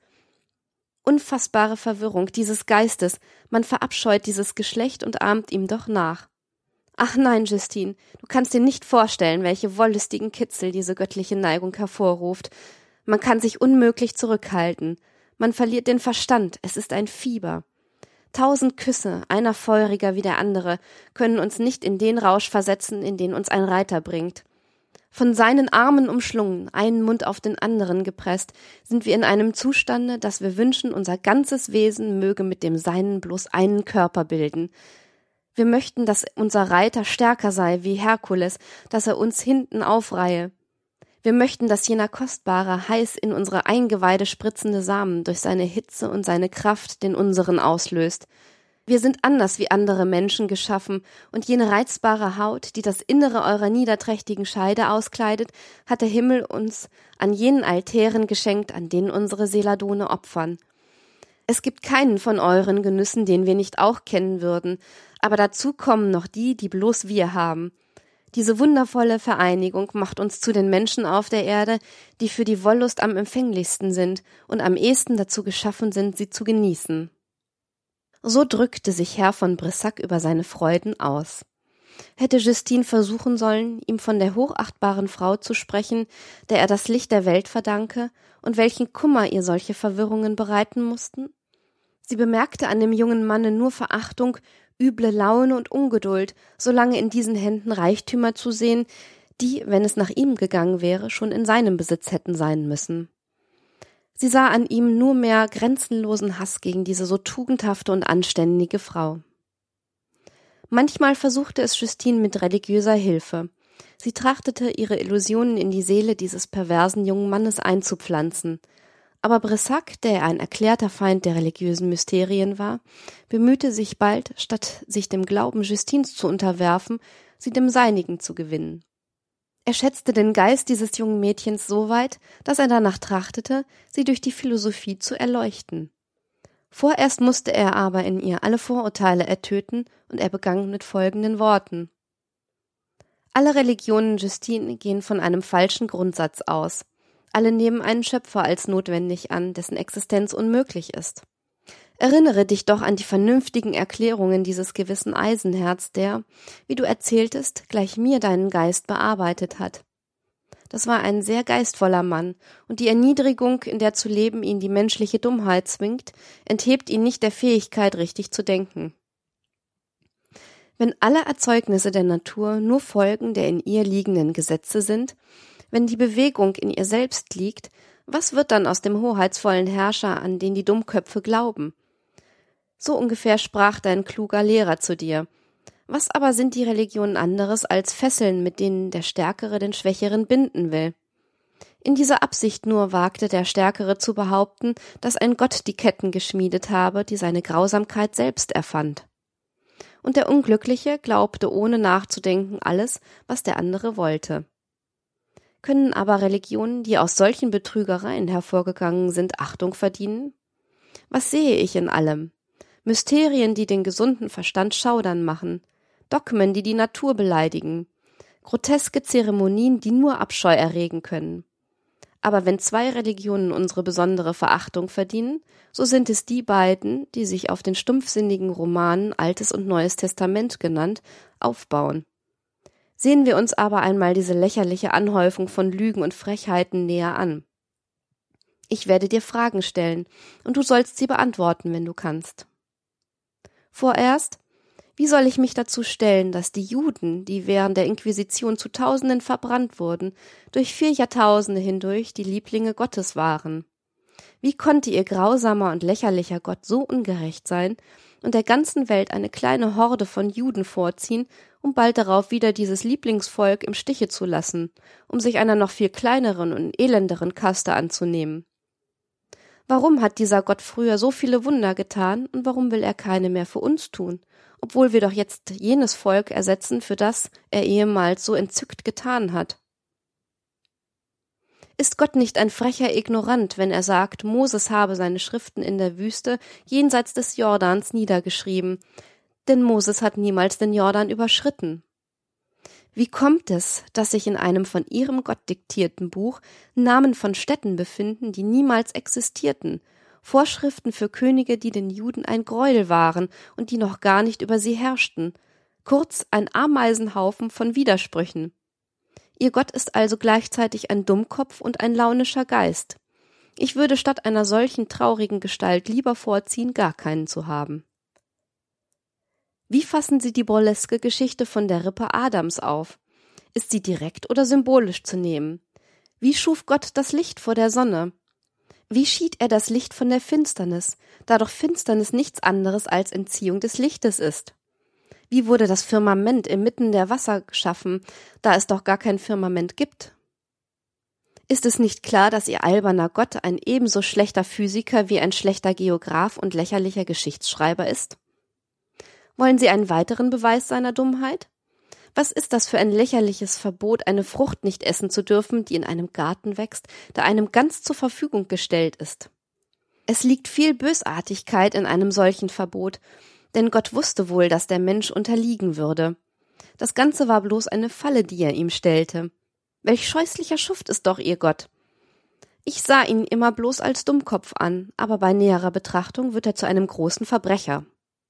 Unfassbare Verwirrung dieses Geistes, man verabscheut dieses Geschlecht und ahmt ihm doch nach. Ach nein, Justine, du kannst dir nicht vorstellen, welche wollüstigen Kitzel diese göttliche Neigung hervorruft. Man kann sich unmöglich zurückhalten. Man verliert den Verstand, es ist ein Fieber. Tausend Küsse, einer feuriger wie der andere, können uns nicht in den Rausch versetzen, in den uns ein Reiter bringt. Von seinen Armen umschlungen, einen Mund auf den anderen gepresst, sind wir in einem Zustande, dass wir wünschen, unser ganzes Wesen möge mit dem Seinen bloß einen Körper bilden. Wir möchten, dass unser Reiter stärker sei wie Herkules, dass er uns hinten aufreihe. Wir möchten, dass jener kostbare, heiß in unsere Eingeweide spritzende Samen durch seine Hitze und seine Kraft den unseren auslöst. Wir sind anders wie andere Menschen geschaffen, und jene reizbare Haut, die das Innere eurer niederträchtigen Scheide auskleidet, hat der Himmel uns an jenen Altären geschenkt, an denen unsere Seladone opfern. Es gibt keinen von euren Genüssen, den wir nicht auch kennen würden, aber dazu kommen noch die, die bloß wir haben. Diese wundervolle Vereinigung macht uns zu den Menschen auf der Erde, die für die Wollust am empfänglichsten sind und am ehesten dazu geschaffen sind, sie zu genießen.« So drückte sich Herr von Brissac über seine Freuden aus. Hätte Justine versuchen sollen, ihm von der hochachtbaren Frau zu sprechen, der er das Licht der Welt verdanke, und welchen Kummer ihr solche Verwirrungen bereiten mussten? Sie bemerkte an dem jungen Manne nur Verachtung, üble Laune und Ungeduld, solange in diesen Händen Reichtümer zu sehen, die, wenn es nach ihm gegangen wäre, schon in seinem Besitz hätten sein müssen. Sie sah an ihm nur mehr grenzenlosen Hass gegen diese so tugendhafte und anständige Frau. Manchmal versuchte es Justine mit religiöser Hilfe. Sie trachtete, ihre Illusionen in die Seele dieses perversen jungen Mannes einzupflanzen. Aber Brissac, der ein erklärter Feind der religiösen Mysterien war, bemühte sich bald, statt sich dem Glauben Justines zu unterwerfen, sie dem seinigen zu gewinnen. Er schätzte den Geist dieses jungen Mädchens so weit, dass er danach trachtete, sie durch die Philosophie zu erleuchten. Vorerst musste er aber in ihr alle Vorurteile ertöten, und er begann mit folgenden Worten: Alle Religionen, Justine, gehen von einem falschen Grundsatz aus. Alle nehmen einen Schöpfer als notwendig an, dessen Existenz unmöglich ist. Erinnere dich doch an die vernünftigen Erklärungen dieses gewissen Eisenherz, der, wie du erzähltest, gleich mir deinen Geist bearbeitet hat. Das war ein sehr geistvoller Mann, und die Erniedrigung, in der zu leben ihn die menschliche Dummheit zwingt, enthebt ihn nicht der Fähigkeit, richtig zu denken. Wenn alle Erzeugnisse der Natur nur Folgen der in ihr liegenden Gesetze sind, wenn die Bewegung in ihr selbst liegt, was wird dann aus dem hoheitsvollen Herrscher, an den die Dummköpfe glauben? So ungefähr sprach dein kluger Lehrer zu dir. Was aber sind die Religionen anderes als Fesseln, mit denen der Stärkere den Schwächeren binden will? In dieser Absicht nur wagte der Stärkere zu behaupten, dass ein Gott die Ketten geschmiedet habe, die seine Grausamkeit selbst erfand. Und der Unglückliche glaubte ohne nachzudenken alles, was der andere wollte. Können aber Religionen, die aus solchen Betrügereien hervorgegangen sind, Achtung verdienen? Was sehe ich in allem? Mysterien, die den gesunden Verstand schaudern machen, Dogmen, die die Natur beleidigen, groteske Zeremonien, die nur Abscheu erregen können. Aber wenn zwei Religionen unsere besondere Verachtung verdienen, so sind es die beiden, die sich auf den stumpfsinnigen Romanen Altes und Neues Testament genannt, aufbauen. Sehen wir uns aber einmal diese lächerliche Anhäufung von Lügen und Frechheiten näher an. Ich werde dir Fragen stellen, und du sollst sie beantworten, wenn du kannst. Vorerst, wie soll ich mich dazu stellen, dass die Juden, die während der Inquisition zu Tausenden verbrannt wurden, durch vier Jahrtausende hindurch die Lieblinge Gottes waren? Wie konnte ihr grausamer und lächerlicher Gott so ungerecht sein und der ganzen Welt eine kleine Horde von Juden vorziehen, um bald darauf wieder dieses Lieblingsvolk im Stiche zu lassen, um sich einer noch viel kleineren und elenderen Kaste anzunehmen? Warum hat dieser Gott früher so viele Wunder getan und warum will er keine mehr für uns tun, obwohl wir doch jetzt jenes Volk ersetzen, für das er ehemals so entzückt getan hat? Ist Gott nicht ein frecher Ignorant, wenn er sagt, Moses habe seine Schriften in der Wüste jenseits des Jordans niedergeschrieben, denn Moses hat niemals den Jordan überschritten? Wie kommt es, dass sich in einem von ihrem Gott diktierten Buch Namen von Städten befinden, die niemals existierten, Vorschriften für Könige, die den Juden ein Gräuel waren und die noch gar nicht über sie herrschten, kurz ein Ameisenhaufen von Widersprüchen? Ihr Gott ist also gleichzeitig ein Dummkopf und ein launischer Geist. Ich würde statt einer solchen traurigen Gestalt lieber vorziehen, gar keinen zu haben. Wie fassen Sie die burleske Geschichte von der Rippe Adams auf? Ist sie direkt oder symbolisch zu nehmen? Wie schuf Gott das Licht vor der Sonne? Wie schied er das Licht von der Finsternis, da doch Finsternis nichts anderes als Entziehung des Lichtes ist? Wie wurde das Firmament inmitten der Wasser geschaffen, da es doch gar kein Firmament gibt? Ist es nicht klar, dass Ihr alberner Gott ein ebenso schlechter Physiker wie ein schlechter Geograf und lächerlicher Geschichtsschreiber ist? Wollen Sie einen weiteren Beweis seiner Dummheit? Was ist das für ein lächerliches Verbot, eine Frucht nicht essen zu dürfen, die in einem Garten wächst, der einem ganz zur Verfügung gestellt ist? Es liegt viel Bösartigkeit in einem solchen Verbot, denn Gott wusste wohl, dass der Mensch unterliegen würde. Das Ganze war bloß eine Falle, die er ihm stellte. Welch scheußlicher Schuft ist doch Ihr Gott! Ich sah ihn immer bloß als Dummkopf an, aber bei näherer Betrachtung wird er zu einem großen Verbrecher.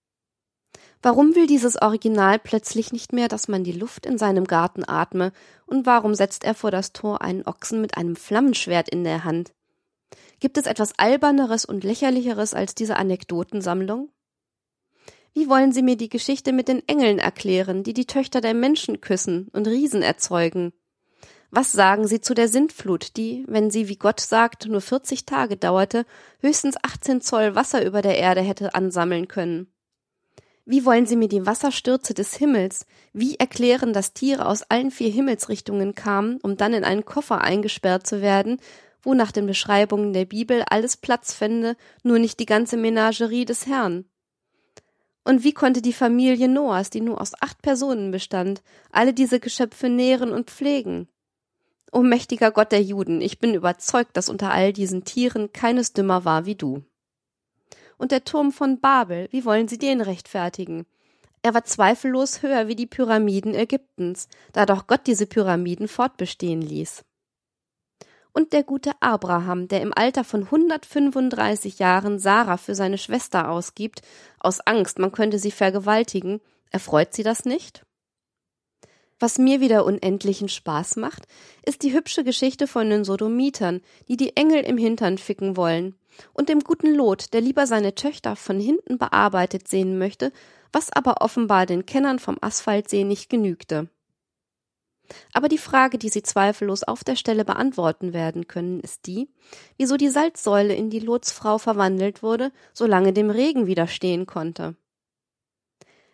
Warum will dieses Original plötzlich nicht mehr, dass man die Luft in seinem Garten atme, und warum setzt er vor das Tor einen Ochsen mit einem Flammenschwert in der Hand? Gibt es etwas Alberneres und Lächerlicheres als diese Anekdotensammlung? Wie wollen Sie mir die Geschichte mit den Engeln erklären, die die Töchter der Menschen küssen und Riesen erzeugen? Was sagen Sie zu der Sintflut, die, wenn sie, wie Gott sagt, nur vierzig Tage dauerte, höchstens achtzehn Zoll Wasser über der Erde hätte ansammeln können? Wie wollen Sie mir die Wasserstürze des Himmels, wie erklären, dass Tiere aus allen vier Himmelsrichtungen kamen, um dann in einen Koffer eingesperrt zu werden, wo nach den Beschreibungen der Bibel alles Platz fände, nur nicht die ganze Menagerie des Herrn? Und wie konnte die Familie Noahs, die nur aus acht Personen bestand, alle diese Geschöpfe nähren und pflegen? O mächtiger Gott der Juden, ich bin überzeugt, dass unter all diesen Tieren keines dümmer war wie du. Und der Turm von Babel, wie wollen Sie den rechtfertigen? Er war zweifellos höher wie die Pyramiden Ägyptens, da doch Gott diese Pyramiden fortbestehen ließ. Und der gute Abraham, der im Alter von hundertfünfunddreißig Jahren Sarah für seine Schwester ausgibt, aus Angst, man könnte sie vergewaltigen, erfreut Sie das nicht? Was mir wieder unendlichen Spaß macht, ist die hübsche Geschichte von den Sodomitern, die die Engel im Hintern ficken wollen, und dem guten Lot, der lieber seine Töchter von hinten bearbeitet sehen möchte, was aber offenbar den Kennern vom Asphaltsee nicht genügte. Aber die Frage, die Sie zweifellos auf der Stelle beantworten werden können, ist die, wieso die Salzsäule in die Lotsfrau verwandelt wurde, solange dem Regen widerstehen konnte.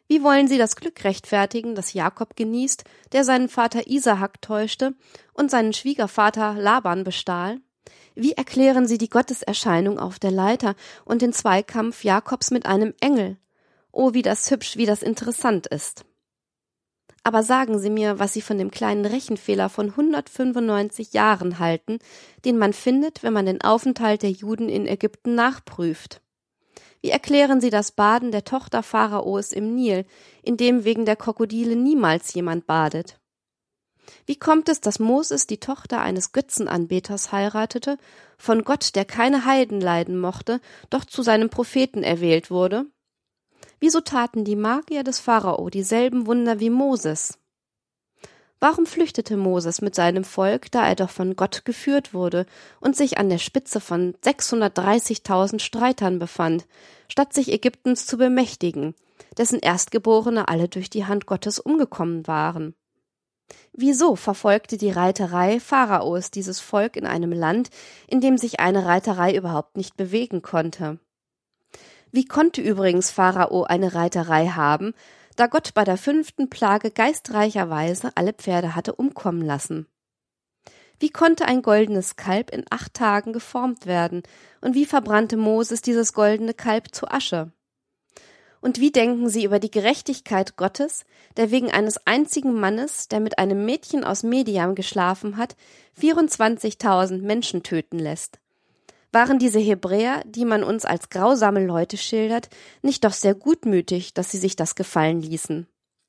Wie wollen Sie das Glück rechtfertigen, das Jakob genießt, der seinen Vater Isaak täuschte und seinen Schwiegervater Laban bestahl? Wie erklären Sie die Gotteserscheinung auf der Leiter und den Zweikampf Jakobs mit einem Engel? Oh, wie das hübsch, wie das interessant ist. Aber sagen Sie mir, was Sie von dem kleinen Rechenfehler von hundertfünfundneunzig Jahren halten, den man findet, wenn man den Aufenthalt der Juden in Ägypten nachprüft. Wie erklären Sie das Baden der Tochter Pharaos im Nil, in dem wegen der Krokodile niemals jemand badet? Wie kommt es, dass Moses die Tochter eines Götzenanbeters heiratete, von Gott, der keine Heiden leiden mochte, doch zu seinem Propheten erwählt wurde? Wieso taten die Magier des Pharao dieselben Wunder wie Moses? Warum flüchtete Moses mit seinem Volk, da er doch von Gott geführt wurde und sich an der Spitze von sechshundertdreißigtausend Streitern befand, statt sich Ägyptens zu bemächtigen, dessen Erstgeborene alle durch die Hand Gottes umgekommen waren? Wieso verfolgte die Reiterei Pharaos dieses Volk in einem Land, in dem sich eine Reiterei überhaupt nicht bewegen konnte? Wie konnte übrigens Pharao eine Reiterei haben, da Gott bei der fünften Plage geistreicherweise alle Pferde hatte umkommen lassen? Wie konnte ein goldenes Kalb in acht Tagen geformt werden, und wie verbrannte Moses dieses goldene Kalb zu Asche? Und wie denken Sie über die Gerechtigkeit Gottes, der wegen eines einzigen Mannes, der mit einem Mädchen aus Mediam geschlafen hat, vierundzwanzigtausend Menschen töten lässt? Waren diese Hebräer, die man uns als grausame Leute schildert, nicht doch sehr gutmütig, dass sie sich das gefallen ließen?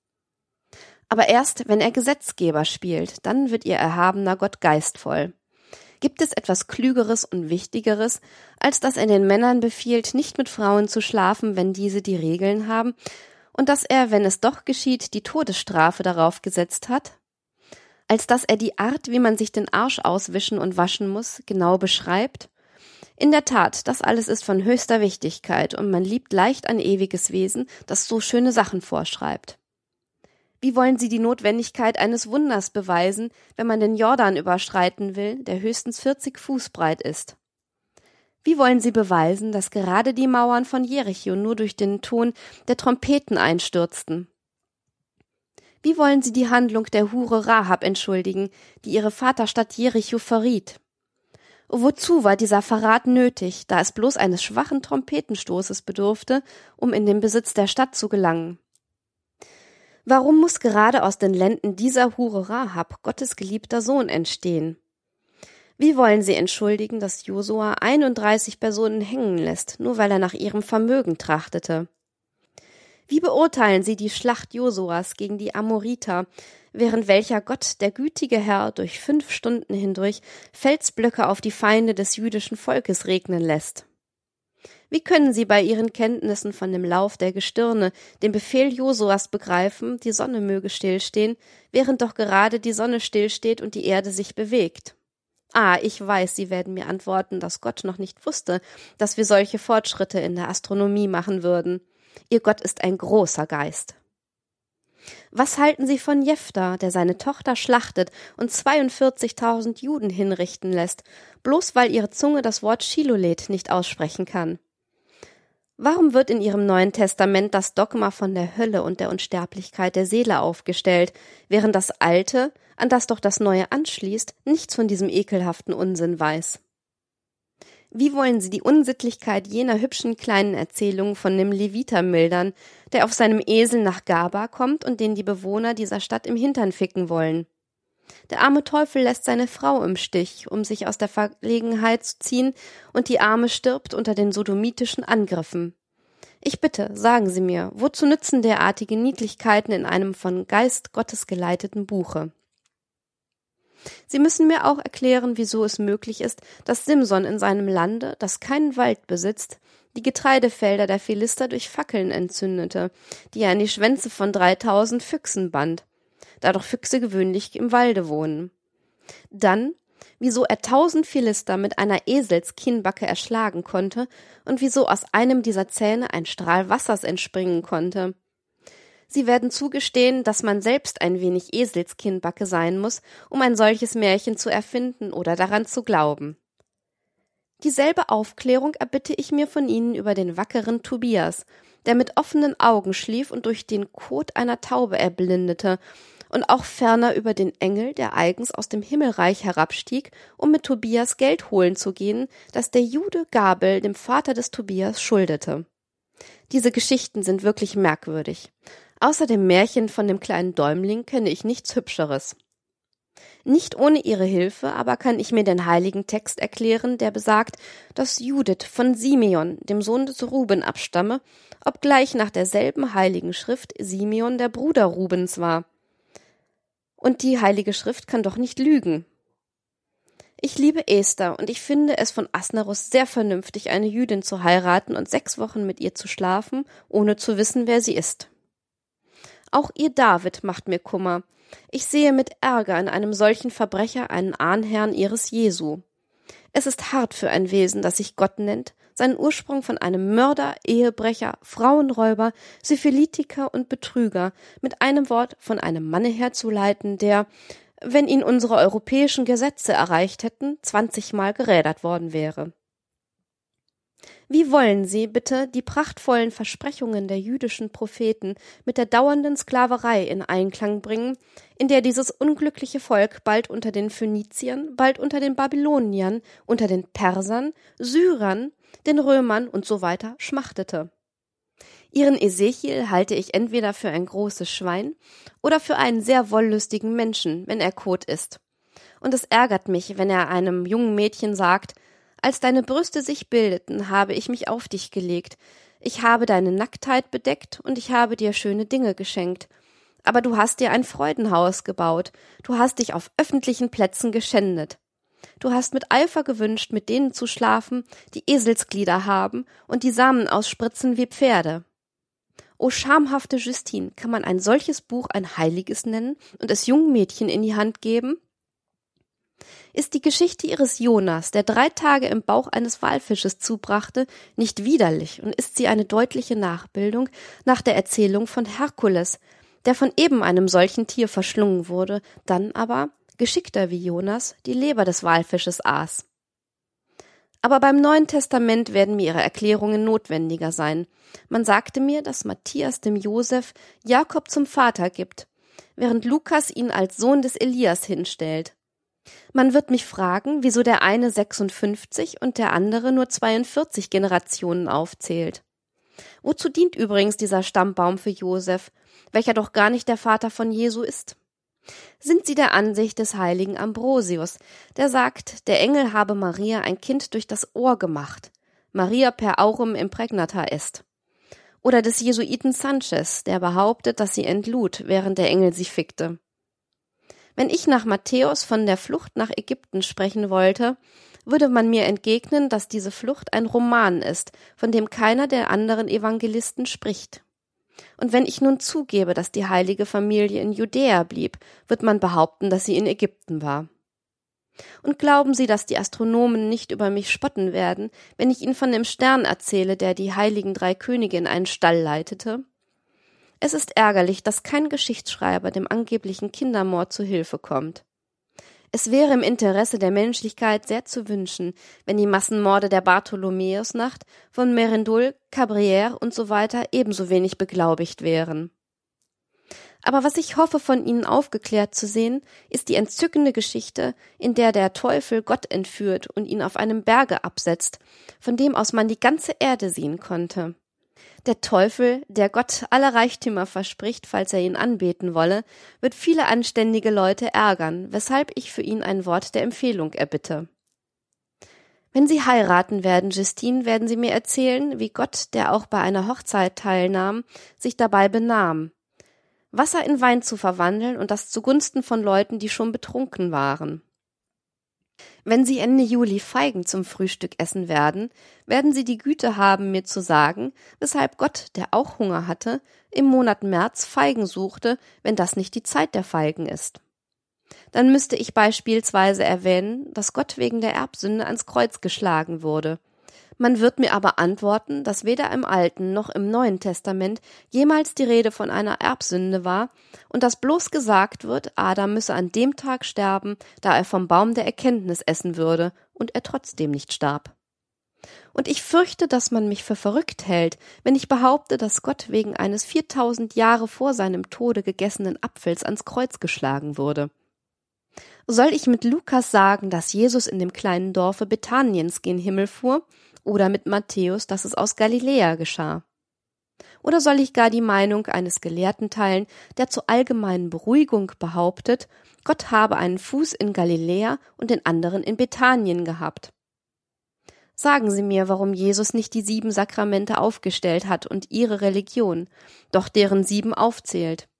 Aber erst, wenn er Gesetzgeber spielt, dann wird ihr erhabener Gott geistvoll. Gibt es etwas Klügeres und Wichtigeres, als dass er den Männern befiehlt, nicht mit Frauen zu schlafen, wenn diese die Regeln haben, und dass er, wenn es doch geschieht, die Todesstrafe darauf gesetzt hat? Als dass er die Art, wie man sich den Arsch auswischen und waschen muss, genau beschreibt? In der Tat, das alles ist von höchster Wichtigkeit, und man liebt leicht ein ewiges Wesen, das so schöne Sachen vorschreibt. Wie wollen Sie die Notwendigkeit eines Wunders beweisen, wenn man den Jordan überschreiten will, der höchstens vierzig Fuß breit ist? Wie wollen Sie beweisen, dass gerade die Mauern von Jericho nur durch den Ton der Trompeten einstürzten? Wie wollen Sie die Handlung der Hure Rahab entschuldigen, die ihre Vaterstadt Jericho verriet? Wozu war dieser Verrat nötig, da es bloß eines schwachen Trompetenstoßes bedurfte, um in den Besitz der Stadt zu gelangen? Warum muss gerade aus den Lenden dieser Hure Rahab Gottes geliebter Sohn entstehen? Wie wollen Sie entschuldigen, dass Josua einunddreißig Personen hängen lässt, nur weil er nach ihrem Vermögen trachtete? Wie beurteilen Sie die Schlacht Josuas gegen die Amoriter, während welcher Gott, der gütige Herr, durch fünf Stunden hindurch Felsblöcke auf die Feinde des jüdischen Volkes regnen lässt? Wie können Sie bei Ihren Kenntnissen von dem Lauf der Gestirne den Befehl Josuas begreifen, die Sonne möge stillstehen, während doch gerade die Sonne stillsteht und die Erde sich bewegt? Ah, ich weiß, Sie werden mir antworten, dass Gott noch nicht wusste, dass wir solche Fortschritte in der Astronomie machen würden. Ihr Gott ist ein großer Geist. Was halten Sie von Jephtha, der seine Tochter schlachtet und zweiundvierzigtausend Juden hinrichten lässt, bloß weil ihre Zunge das Wort Shilolet nicht aussprechen kann? Warum wird in Ihrem Neuen Testament das Dogma von der Hölle und der Unsterblichkeit der Seele aufgestellt, während das Alte, an das doch das Neue anschließt, nichts von diesem ekelhaften Unsinn weiß? Wie wollen Sie die Unsittlichkeit jener hübschen kleinen Erzählung von dem Leviter mildern, der auf seinem Esel nach Gaba kommt und den die Bewohner dieser Stadt im Hintern ficken wollen? Der arme Teufel lässt seine Frau im Stich, um sich aus der Verlegenheit zu ziehen, und die Arme stirbt unter den sodomitischen Angriffen. Ich bitte, sagen Sie mir, wozu nützen derartige Niedlichkeiten in einem von Geist Gottes geleiteten Buche? Sie müssen mir auch erklären, wieso es möglich ist, dass Simson in seinem Lande, das keinen Wald besitzt, die Getreidefelder der Philister durch Fackeln entzündete, die er an die Schwänze von dreitausend Füchsen band, da doch Füchse gewöhnlich im Walde wohnen. Dann, wieso er tausend Philister mit einer Eselskinnbacke erschlagen konnte und wieso aus einem dieser Zähne ein Strahl Wassers entspringen konnte. Sie werden zugestehen, dass man selbst ein wenig Eselskinnbacke sein muss, um ein solches Märchen zu erfinden oder daran zu glauben. Dieselbe Aufklärung erbitte ich mir von Ihnen über den wackeren Tobias, der mit offenen Augen schlief und durch den Kot einer Taube erblindete, und auch ferner über den Engel, der eigens aus dem Himmelreich herabstieg, um mit Tobias Geld holen zu gehen, das der Jude Gabel dem Vater des Tobias schuldete. Diese Geschichten sind wirklich merkwürdig. Außer dem Märchen von dem kleinen Däumling kenne ich nichts Hübscheres. Nicht ohne ihre Hilfe aber kann ich mir den heiligen Text erklären, der besagt, dass Judith von Simeon, dem Sohn des Ruben, abstamme, obgleich nach derselben heiligen Schrift Simeon der Bruder Rubens war. Und die heilige Schrift kann doch nicht lügen. Ich liebe Esther und ich finde es von Asnerus sehr vernünftig, eine Jüdin zu heiraten und sechs Wochen mit ihr zu schlafen, ohne zu wissen, wer sie ist. Auch ihr David macht mir Kummer. Ich sehe mit Ärger in einem solchen Verbrecher einen Ahnherrn ihres Jesu. Es ist hart für ein Wesen, das sich Gott nennt, seinen Ursprung von einem Mörder, Ehebrecher, Frauenräuber, Syphilitiker und Betrüger, mit einem Wort von einem Manne herzuleiten, der, wenn ihn unsere europäischen Gesetze erreicht hätten, zwanzigmal gerädert worden wäre. Wie wollen Sie, bitte, die prachtvollen Versprechungen der jüdischen Propheten mit der dauernden Sklaverei in Einklang bringen, in der dieses unglückliche Volk bald unter den Phöniziern, bald unter den Babyloniern, unter den Persern, Syrern, den Römern und so weiter schmachtete? Ihren Ezechiel halte ich entweder für ein großes Schwein oder für einen sehr wollüstigen Menschen, wenn er Kot ist. Und es ärgert mich, wenn er einem jungen Mädchen sagt: Als deine Brüste sich bildeten, habe ich mich auf dich gelegt. Ich habe deine Nacktheit bedeckt und ich habe dir schöne Dinge geschenkt. Aber du hast dir ein Freudenhaus gebaut. Du hast dich auf öffentlichen Plätzen geschändet. Du hast mit Eifer gewünscht, mit denen zu schlafen, die Eselsglieder haben und die Samen ausspritzen wie Pferde. O schamhafte Justine, kann man ein solches Buch ein heiliges nennen und es jungen Mädchen in die Hand geben? Ist die Geschichte ihres Jonas, der drei Tage im Bauch eines Walfisches zubrachte, nicht widerlich und ist sie eine deutliche Nachbildung nach der Erzählung von Herkules, der von eben einem solchen Tier verschlungen wurde, dann aber, geschickter wie Jonas, die Leber des Walfisches aß? Aber beim Neuen Testament werden mir ihre Erklärungen notwendiger sein. Man sagte mir, dass Matthias dem Josef Jakob zum Vater gibt, während Lukas ihn als Sohn des Elias hinstellt. Man wird mich fragen, wieso der eine sechsundfünfzig und der andere nur zweiundvierzig Generationen aufzählt. Wozu dient übrigens dieser Stammbaum für Josef, welcher doch gar nicht der Vater von Jesu ist? Sind Sie der Ansicht des heiligen Ambrosius, der sagt, der Engel habe Maria ein Kind durch das Ohr gemacht, Maria per aurum impregnata est? Oder des Jesuiten Sanchez, der behauptet, dass sie entlud, während der Engel sie fickte? Wenn ich nach Matthäus von der Flucht nach Ägypten sprechen wollte, würde man mir entgegnen, dass diese Flucht ein Roman ist, von dem keiner der anderen Evangelisten spricht. Und wenn ich nun zugebe, dass die heilige Familie in Judäa blieb, wird man behaupten, dass sie in Ägypten war. Und glauben Sie, dass die Astronomen nicht über mich spotten werden, wenn ich Ihnen von dem Stern erzähle, der die heiligen drei Könige in einen Stall leitete? Es ist ärgerlich, dass kein Geschichtsschreiber dem angeblichen Kindermord zu Hilfe kommt. Es wäre im Interesse der Menschlichkeit sehr zu wünschen, wenn die Massenmorde der Bartholomäusnacht von Merindol, Cabrières und so weiter ebenso wenig beglaubigt wären. Aber was ich hoffe, von Ihnen aufgeklärt zu sehen, ist die entzückende Geschichte, in der der Teufel Gott entführt und ihn auf einem Berge absetzt, von dem aus man die ganze Erde sehen konnte. Der Teufel, der Gott alle Reichtümer verspricht, falls er ihn anbeten wolle, wird viele anständige Leute ärgern, weshalb ich für ihn ein Wort der Empfehlung erbitte. Wenn Sie heiraten werden, Justine, werden Sie mir erzählen, wie Gott, der auch bei einer Hochzeit teilnahm, sich dabei benahm. Wasser in Wein zu verwandeln und das zugunsten von Leuten, die schon betrunken waren. Wenn Sie Ende Juli Feigen zum Frühstück essen werden, werden Sie die Güte haben, mir zu sagen, weshalb Gott, der auch Hunger hatte, im Monat März Feigen suchte, wenn das nicht die Zeit der Feigen ist. Dann müsste ich beispielsweise erwähnen, dass Gott wegen der Erbsünde ans Kreuz geschlagen wurde. Man wird mir aber antworten, dass weder im Alten noch im Neuen Testament jemals die Rede von einer Erbsünde war und dass bloß gesagt wird, Adam müsse an dem Tag sterben, da er vom Baum der Erkenntnis essen würde und er trotzdem nicht starb. Und ich fürchte, dass man mich für verrückt hält, wenn ich behaupte, dass Gott wegen eines viertausend Jahre vor seinem Tode gegessenen Apfels ans Kreuz geschlagen wurde. Soll ich mit Lukas sagen, dass Jesus in dem kleinen Dorfe Bethaniens gen Himmel fuhr, oder mit Matthäus, dass es aus Galiläa geschah? Oder soll ich gar die Meinung eines Gelehrten teilen, der zur allgemeinen Beruhigung behauptet, Gott habe einen Fuß in Galiläa und den anderen in Bethanien gehabt? Sagen Sie mir, warum Jesus nicht die sieben Sakramente aufgestellt hat und Ihre Religion, doch deren sieben aufzählt.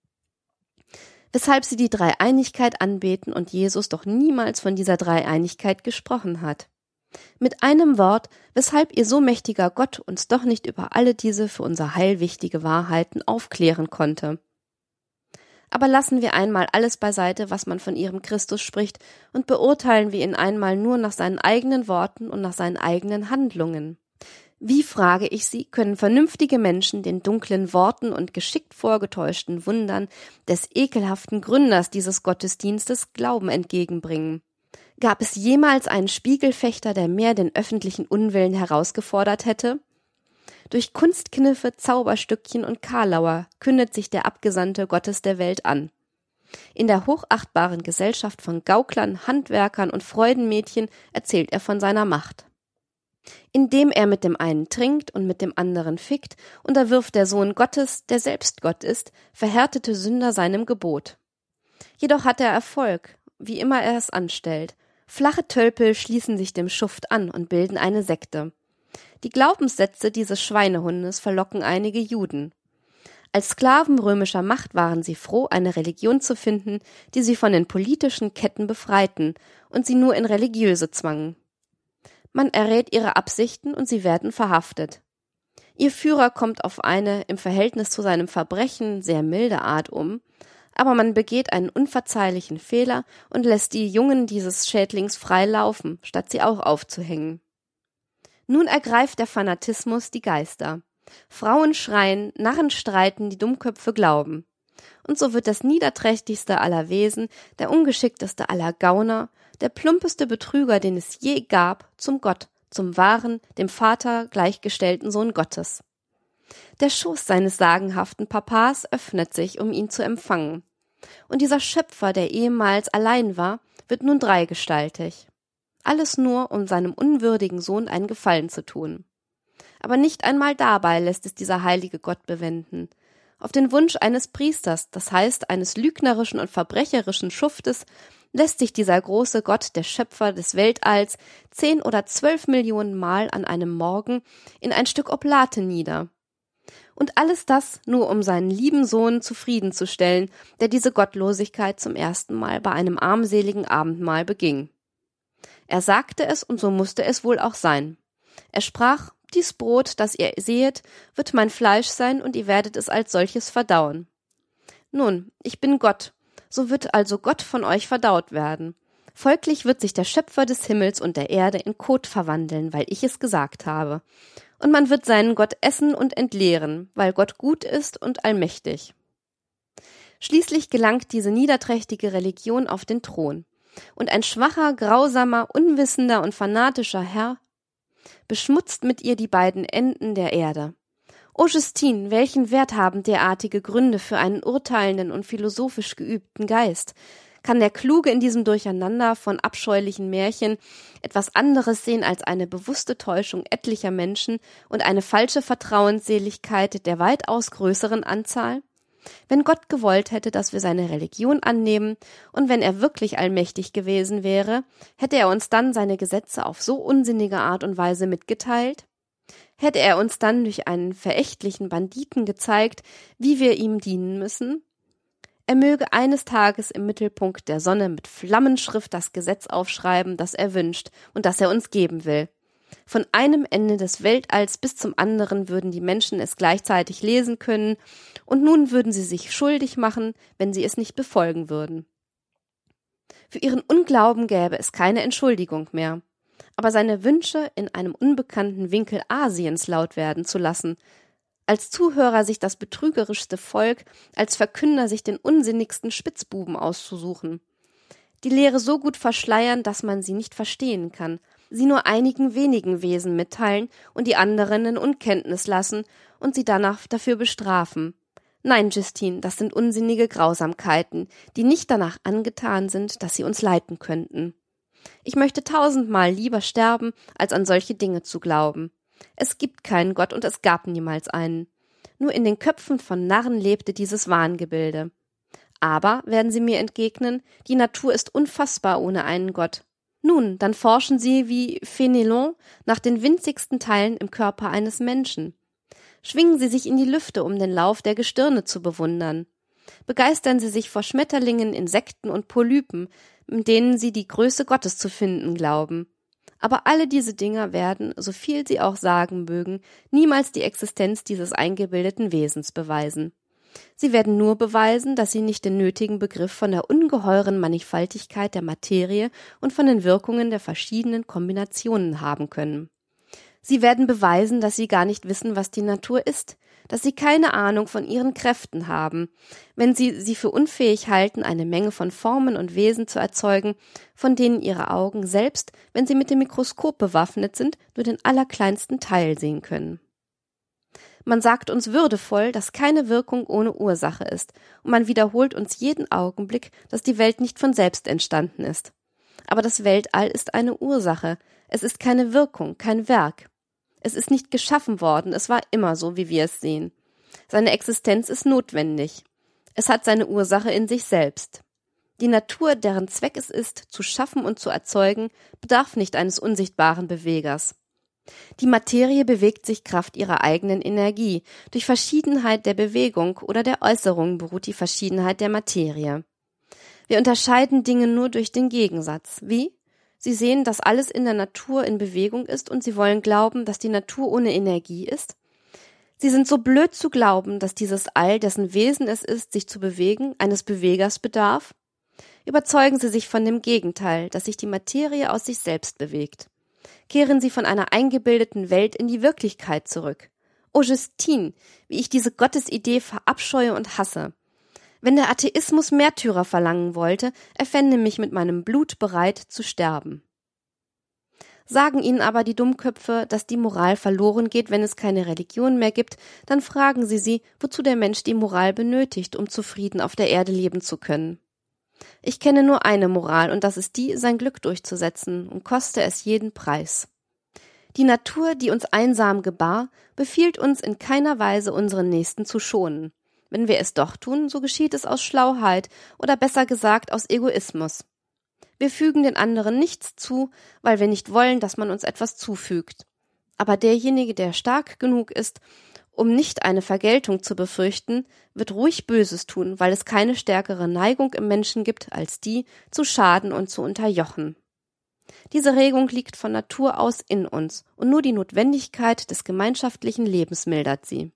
Weshalb Sie die Dreieinigkeit anbeten und Jesus doch niemals von dieser Dreieinigkeit gesprochen hat. Mit einem Wort, weshalb Ihr so mächtiger Gott uns doch nicht über alle diese für unser Heil wichtige Wahrheiten aufklären konnte. Aber lassen wir einmal alles beiseite, was man von ihrem Christus spricht, und beurteilen wir ihn einmal nur nach seinen eigenen Worten und nach seinen eigenen Handlungen. Wie, frage ich Sie, können vernünftige Menschen den dunklen Worten und geschickt vorgetäuschten Wundern des ekelhaften Gründers dieses Gottesdienstes Glauben entgegenbringen? Gab es jemals einen Spiegelfechter, der mehr den öffentlichen Unwillen herausgefordert hätte? Durch Kunstkniffe, Zauberstückchen und Karlauer kündet sich der Abgesandte Gottes der Welt an. In der hochachtbaren Gesellschaft von Gauklern, Handwerkern und Freudenmädchen erzählt er von seiner Macht. Indem er mit dem einen trinkt und mit dem anderen fickt, unterwirft der Sohn Gottes, der selbst Gott ist, verhärtete Sünder seinem Gebot. Jedoch hat er Erfolg, wie immer er es anstellt. Flache Tölpel schließen sich dem Schuft an und bilden eine Sekte. Die Glaubenssätze dieses Schweinehundes verlocken einige Juden. Als Sklaven römischer Macht waren sie froh, eine Religion zu finden, die sie von den politischen Ketten befreiten und sie nur in religiöse zwangen. Man errät ihre Absichten und sie werden verhaftet. Ihr Führer kommt auf eine im Verhältnis zu seinem Verbrechen sehr milde Art um, aber man begeht einen unverzeihlichen Fehler und lässt die Jungen dieses Schädlings frei laufen, statt sie auch aufzuhängen. Nun ergreift der Fanatismus die Geister. Frauen schreien, Narren streiten, die Dummköpfe glauben. Und so wird das niederträchtigste aller Wesen, der ungeschickteste aller Gauner, der plumpeste Betrüger, den es je gab, zum Gott, zum wahren, dem Vater gleichgestellten Sohn Gottes. Der Schoß seines sagenhaften Papas öffnet sich, um ihn zu empfangen. Und dieser Schöpfer, der ehemals allein war, wird nun dreigestaltig. Alles nur, um seinem unwürdigen Sohn einen Gefallen zu tun. Aber nicht einmal dabei lässt es dieser heilige Gott bewenden. Auf den Wunsch eines Priesters, das heißt eines lügnerischen und verbrecherischen Schuftes, lässt sich dieser große Gott, der Schöpfer des Weltalls, zehn oder zwölf Millionen Mal an einem Morgen in ein Stück Oblate nieder. Und alles das nur, um seinen lieben Sohn zufriedenzustellen, der diese Gottlosigkeit zum ersten Mal bei einem armseligen Abendmahl beging. Er sagte es, und so musste es wohl auch sein. Er sprach: Dies Brot, das ihr sehet, wird mein Fleisch sein, und ihr werdet es als solches verdauen. Nun, ich bin Gott, so wird also Gott von euch verdaut werden. Folglich wird sich der Schöpfer des Himmels und der Erde in Kot verwandeln, weil ich es gesagt habe. Und man wird seinen Gott essen und entleeren, weil Gott gut ist und allmächtig. Schließlich gelangt diese niederträchtige Religion auf den Thron. Und ein schwacher, grausamer, unwissender und fanatischer Herr beschmutzt mit ihr die beiden Enden der Erde. O Justine, welchen Wert haben derartige Gründe für einen urteilenden und philosophisch geübten Geist? Kann der Kluge in diesem Durcheinander von abscheulichen Märchen etwas anderes sehen als eine bewusste Täuschung etlicher Menschen und eine falsche Vertrauensseligkeit der weitaus größeren Anzahl? Wenn Gott gewollt hätte, dass wir seine Religion annehmen, und wenn er wirklich allmächtig gewesen wäre, hätte er uns dann seine Gesetze auf so unsinnige Art und Weise mitgeteilt? Hätte er uns dann durch einen verächtlichen Banditen gezeigt, wie wir ihm dienen müssen? Er möge eines Tages im Mittelpunkt der Sonne mit Flammenschrift das Gesetz aufschreiben, das er wünscht und das er uns geben will. Von einem Ende des Weltalls bis zum anderen würden die Menschen es gleichzeitig lesen können, und nun würden sie sich schuldig machen, wenn sie es nicht befolgen würden. Für ihren Unglauben gäbe es keine Entschuldigung mehr. Aber seine Wünsche in einem unbekannten Winkel Asiens laut werden zu lassen, als Zuhörer sich das betrügerischste Volk, als Verkünder sich den unsinnigsten Spitzbuben auszusuchen, die Lehre so gut verschleiern, dass man sie nicht verstehen kann, sie nur einigen wenigen Wesen mitteilen und die anderen in Unkenntnis lassen und sie danach dafür bestrafen. Nein, Justine, das sind unsinnige Grausamkeiten, die nicht danach angetan sind, dass sie uns leiten könnten. Ich möchte tausendmal lieber sterben, als an solche Dinge zu glauben. Es gibt keinen Gott und es gab niemals einen. Nur in den Köpfen von Narren lebte dieses Wahngebilde. Aber, werden Sie mir entgegnen, die Natur ist unfassbar ohne einen Gott. Nun, dann forschen Sie wie Fénelon nach den winzigsten Teilen im Körper eines Menschen. Schwingen Sie sich in die Lüfte, um den Lauf der Gestirne zu bewundern. Begeistern Sie sich vor Schmetterlingen, Insekten und Polypen, in denen Sie die Größe Gottes zu finden glauben. Aber alle diese Dinger werden, so viel sie auch sagen mögen, niemals die Existenz dieses eingebildeten Wesens beweisen. Sie werden nur beweisen, dass sie nicht den nötigen Begriff von der ungeheuren Mannigfaltigkeit der Materie und von den Wirkungen der verschiedenen Kombinationen haben können. Sie werden beweisen, dass sie gar nicht wissen, was die Natur ist, dass sie keine Ahnung von ihren Kräften haben, wenn sie sie für unfähig halten, eine Menge von Formen und Wesen zu erzeugen, von denen ihre Augen selbst, wenn sie mit dem Mikroskop bewaffnet sind, nur den allerkleinsten Teil sehen können. Man sagt uns würdevoll, dass keine Wirkung ohne Ursache ist, und man wiederholt uns jeden Augenblick, dass die Welt nicht von selbst entstanden ist. Aber das Weltall ist eine Ursache, es ist keine Wirkung, kein Werk. Es ist nicht geschaffen worden, es war immer so, wie wir es sehen. Seine Existenz ist notwendig. Es hat seine Ursache in sich selbst. Die Natur, deren Zweck es ist, zu schaffen und zu erzeugen, bedarf nicht eines unsichtbaren Bewegers. Die Materie bewegt sich Kraft ihrer eigenen Energie. Durch Verschiedenheit der Bewegung oder der Äußerung beruht die Verschiedenheit der Materie. Wir unterscheiden Dinge nur durch den Gegensatz. Wie? Sie sehen, dass alles in der Natur in Bewegung ist und Sie wollen glauben, dass die Natur ohne Energie ist? Sie sind so blöd zu glauben, dass dieses All, dessen Wesen es ist, sich zu bewegen, eines Bewegers bedarf? Überzeugen Sie sich von dem Gegenteil, dass sich die Materie aus sich selbst bewegt. Kehren Sie von einer eingebildeten Welt in die Wirklichkeit zurück. Oh Justine, wie ich diese Gottesidee verabscheue und hasse. Wenn der Atheismus Märtyrer verlangen wollte, er fände mich mit meinem Blut bereit zu sterben. Sagen Ihnen aber die Dummköpfe, dass die Moral verloren geht, wenn es keine Religion mehr gibt, dann fragen Sie sie, wozu der Mensch die Moral benötigt, um zufrieden auf der Erde leben zu können. Ich kenne nur eine Moral, und das ist die, sein Glück durchzusetzen, und koste es jeden Preis. Die Natur, die uns einsam gebar, befiehlt uns in keiner Weise, unseren Nächsten zu schonen. Wenn wir es doch tun, so geschieht es aus Schlauheit oder besser gesagt aus Egoismus. Wir fügen den anderen nichts zu, weil wir nicht wollen, dass man uns etwas zufügt. Aber derjenige, der stark genug ist, um nicht eine Vergeltung zu befürchten, wird ruhig Böses tun, weil es keine stärkere Neigung im Menschen gibt, als die, zu schaden und zu unterjochen. Diese Regung liegt von Natur aus in uns, und nur die Notwendigkeit des gemeinschaftlichen Lebens mildert sie.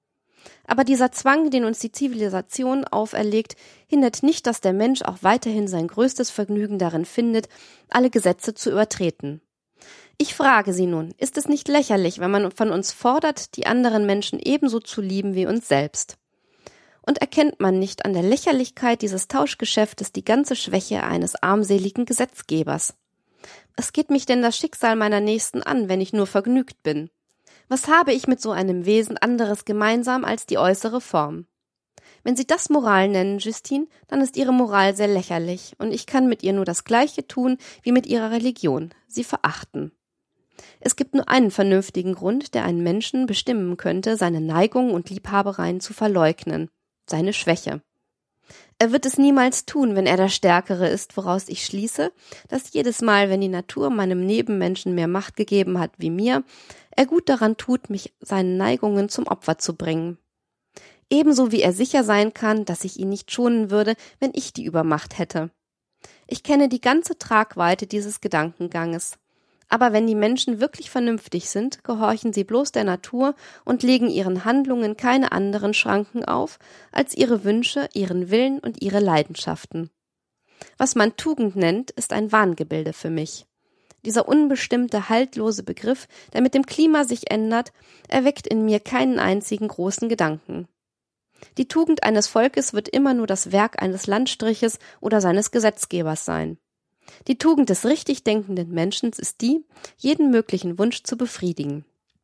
Aber dieser Zwang, den uns die Zivilisation auferlegt, hindert nicht, dass der Mensch auch weiterhin sein größtes Vergnügen darin findet, alle Gesetze zu übertreten. Ich frage Sie nun, ist es nicht lächerlich, wenn man von uns fordert, die anderen Menschen ebenso zu lieben wie uns selbst? Und erkennt man nicht an der Lächerlichkeit dieses Tauschgeschäftes die ganze Schwäche eines armseligen Gesetzgebers? Was geht mich denn das Schicksal meiner Nächsten an, wenn ich nur vergnügt bin? Was habe ich mit so einem Wesen anderes gemeinsam als die äußere Form? Wenn Sie das Moral nennen, Justine, dann ist Ihre Moral sehr lächerlich, und ich kann mit ihr nur das Gleiche tun wie mit Ihrer Religion, sie verachten. Es gibt nur einen vernünftigen Grund, der einen Menschen bestimmen könnte, seine Neigungen und Liebhabereien zu verleugnen, seine Schwäche. Er wird es niemals tun, wenn er der Stärkere ist, woraus ich schließe, dass jedes Mal, wenn die Natur meinem Nebenmenschen mehr Macht gegeben hat wie mir, er gut daran tut, mich seinen Neigungen zum Opfer zu bringen. Ebenso wie er sicher sein kann, dass ich ihn nicht schonen würde, wenn ich die Übermacht hätte. Ich kenne die ganze Tragweite dieses Gedankenganges. Aber wenn die Menschen wirklich vernünftig sind, gehorchen sie bloß der Natur und legen ihren Handlungen keine anderen Schranken auf, als ihre Wünsche, ihren Willen und ihre Leidenschaften. Was man Tugend nennt, ist ein Wahngebilde für mich. Dieser unbestimmte, haltlose Begriff, der mit dem Klima sich ändert, erweckt in mir keinen einzigen großen Gedanken. Die Tugend eines Volkes wird immer nur das Werk eines Landstriches oder seines Gesetzgebers sein. Die Tugend des richtig denkenden Menschen ist die, jeden möglichen Wunsch zu befriedigen.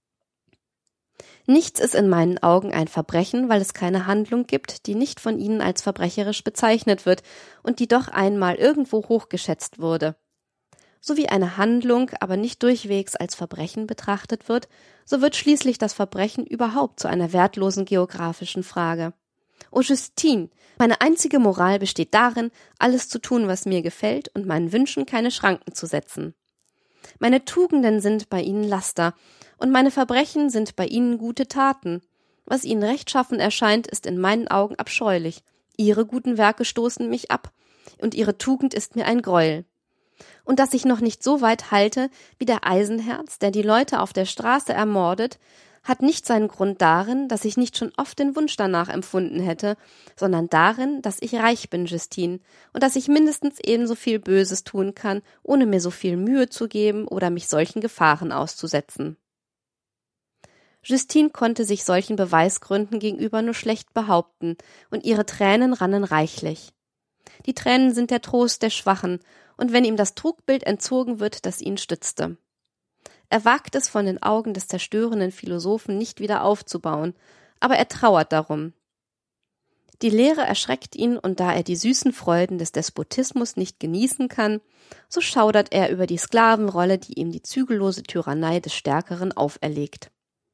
Nichts ist in meinen Augen ein Verbrechen, weil es keine Handlung gibt, die nicht von ihnen als verbrecherisch bezeichnet wird und die doch einmal irgendwo hochgeschätzt wurde. So wie eine Handlung aber nicht durchwegs als Verbrechen betrachtet wird, so wird schließlich das Verbrechen überhaupt zu einer wertlosen geografischen Frage. O Justine, meine einzige Moral besteht darin, alles zu tun, was mir gefällt und meinen Wünschen keine Schranken zu setzen. Meine Tugenden sind bei ihnen Laster und meine Verbrechen sind bei ihnen gute Taten. Was ihnen rechtschaffen erscheint, ist in meinen Augen abscheulich. Ihre guten Werke stoßen mich ab und ihre Tugend ist mir ein Greuel. Und dass ich noch nicht so weit halte wie der Eisenherz, der die Leute auf der Straße ermordet, hat nicht seinen Grund darin, dass ich nicht schon oft den Wunsch danach empfunden hätte, sondern darin, dass ich reich bin, Justine, und dass ich mindestens ebenso viel Böses tun kann, ohne mir so viel Mühe zu geben oder mich solchen Gefahren auszusetzen. Justine konnte sich solchen Beweisgründen gegenüber nur schlecht behaupten, und ihre Tränen rannen reichlich. Die Tränen sind der Trost der Schwachen, und wenn ihm das Trugbild entzogen wird, das ihn stützte. Er wagt es von den Augen des zerstörenden Philosophen nicht wieder aufzubauen, aber er trauert darum. Die Lehre erschreckt ihn, und da er die süßen Freuden des Despotismus nicht genießen kann, so schaudert er über die Sklavenrolle, die ihm die zügellose Tyrannei des Stärkeren auferlegt.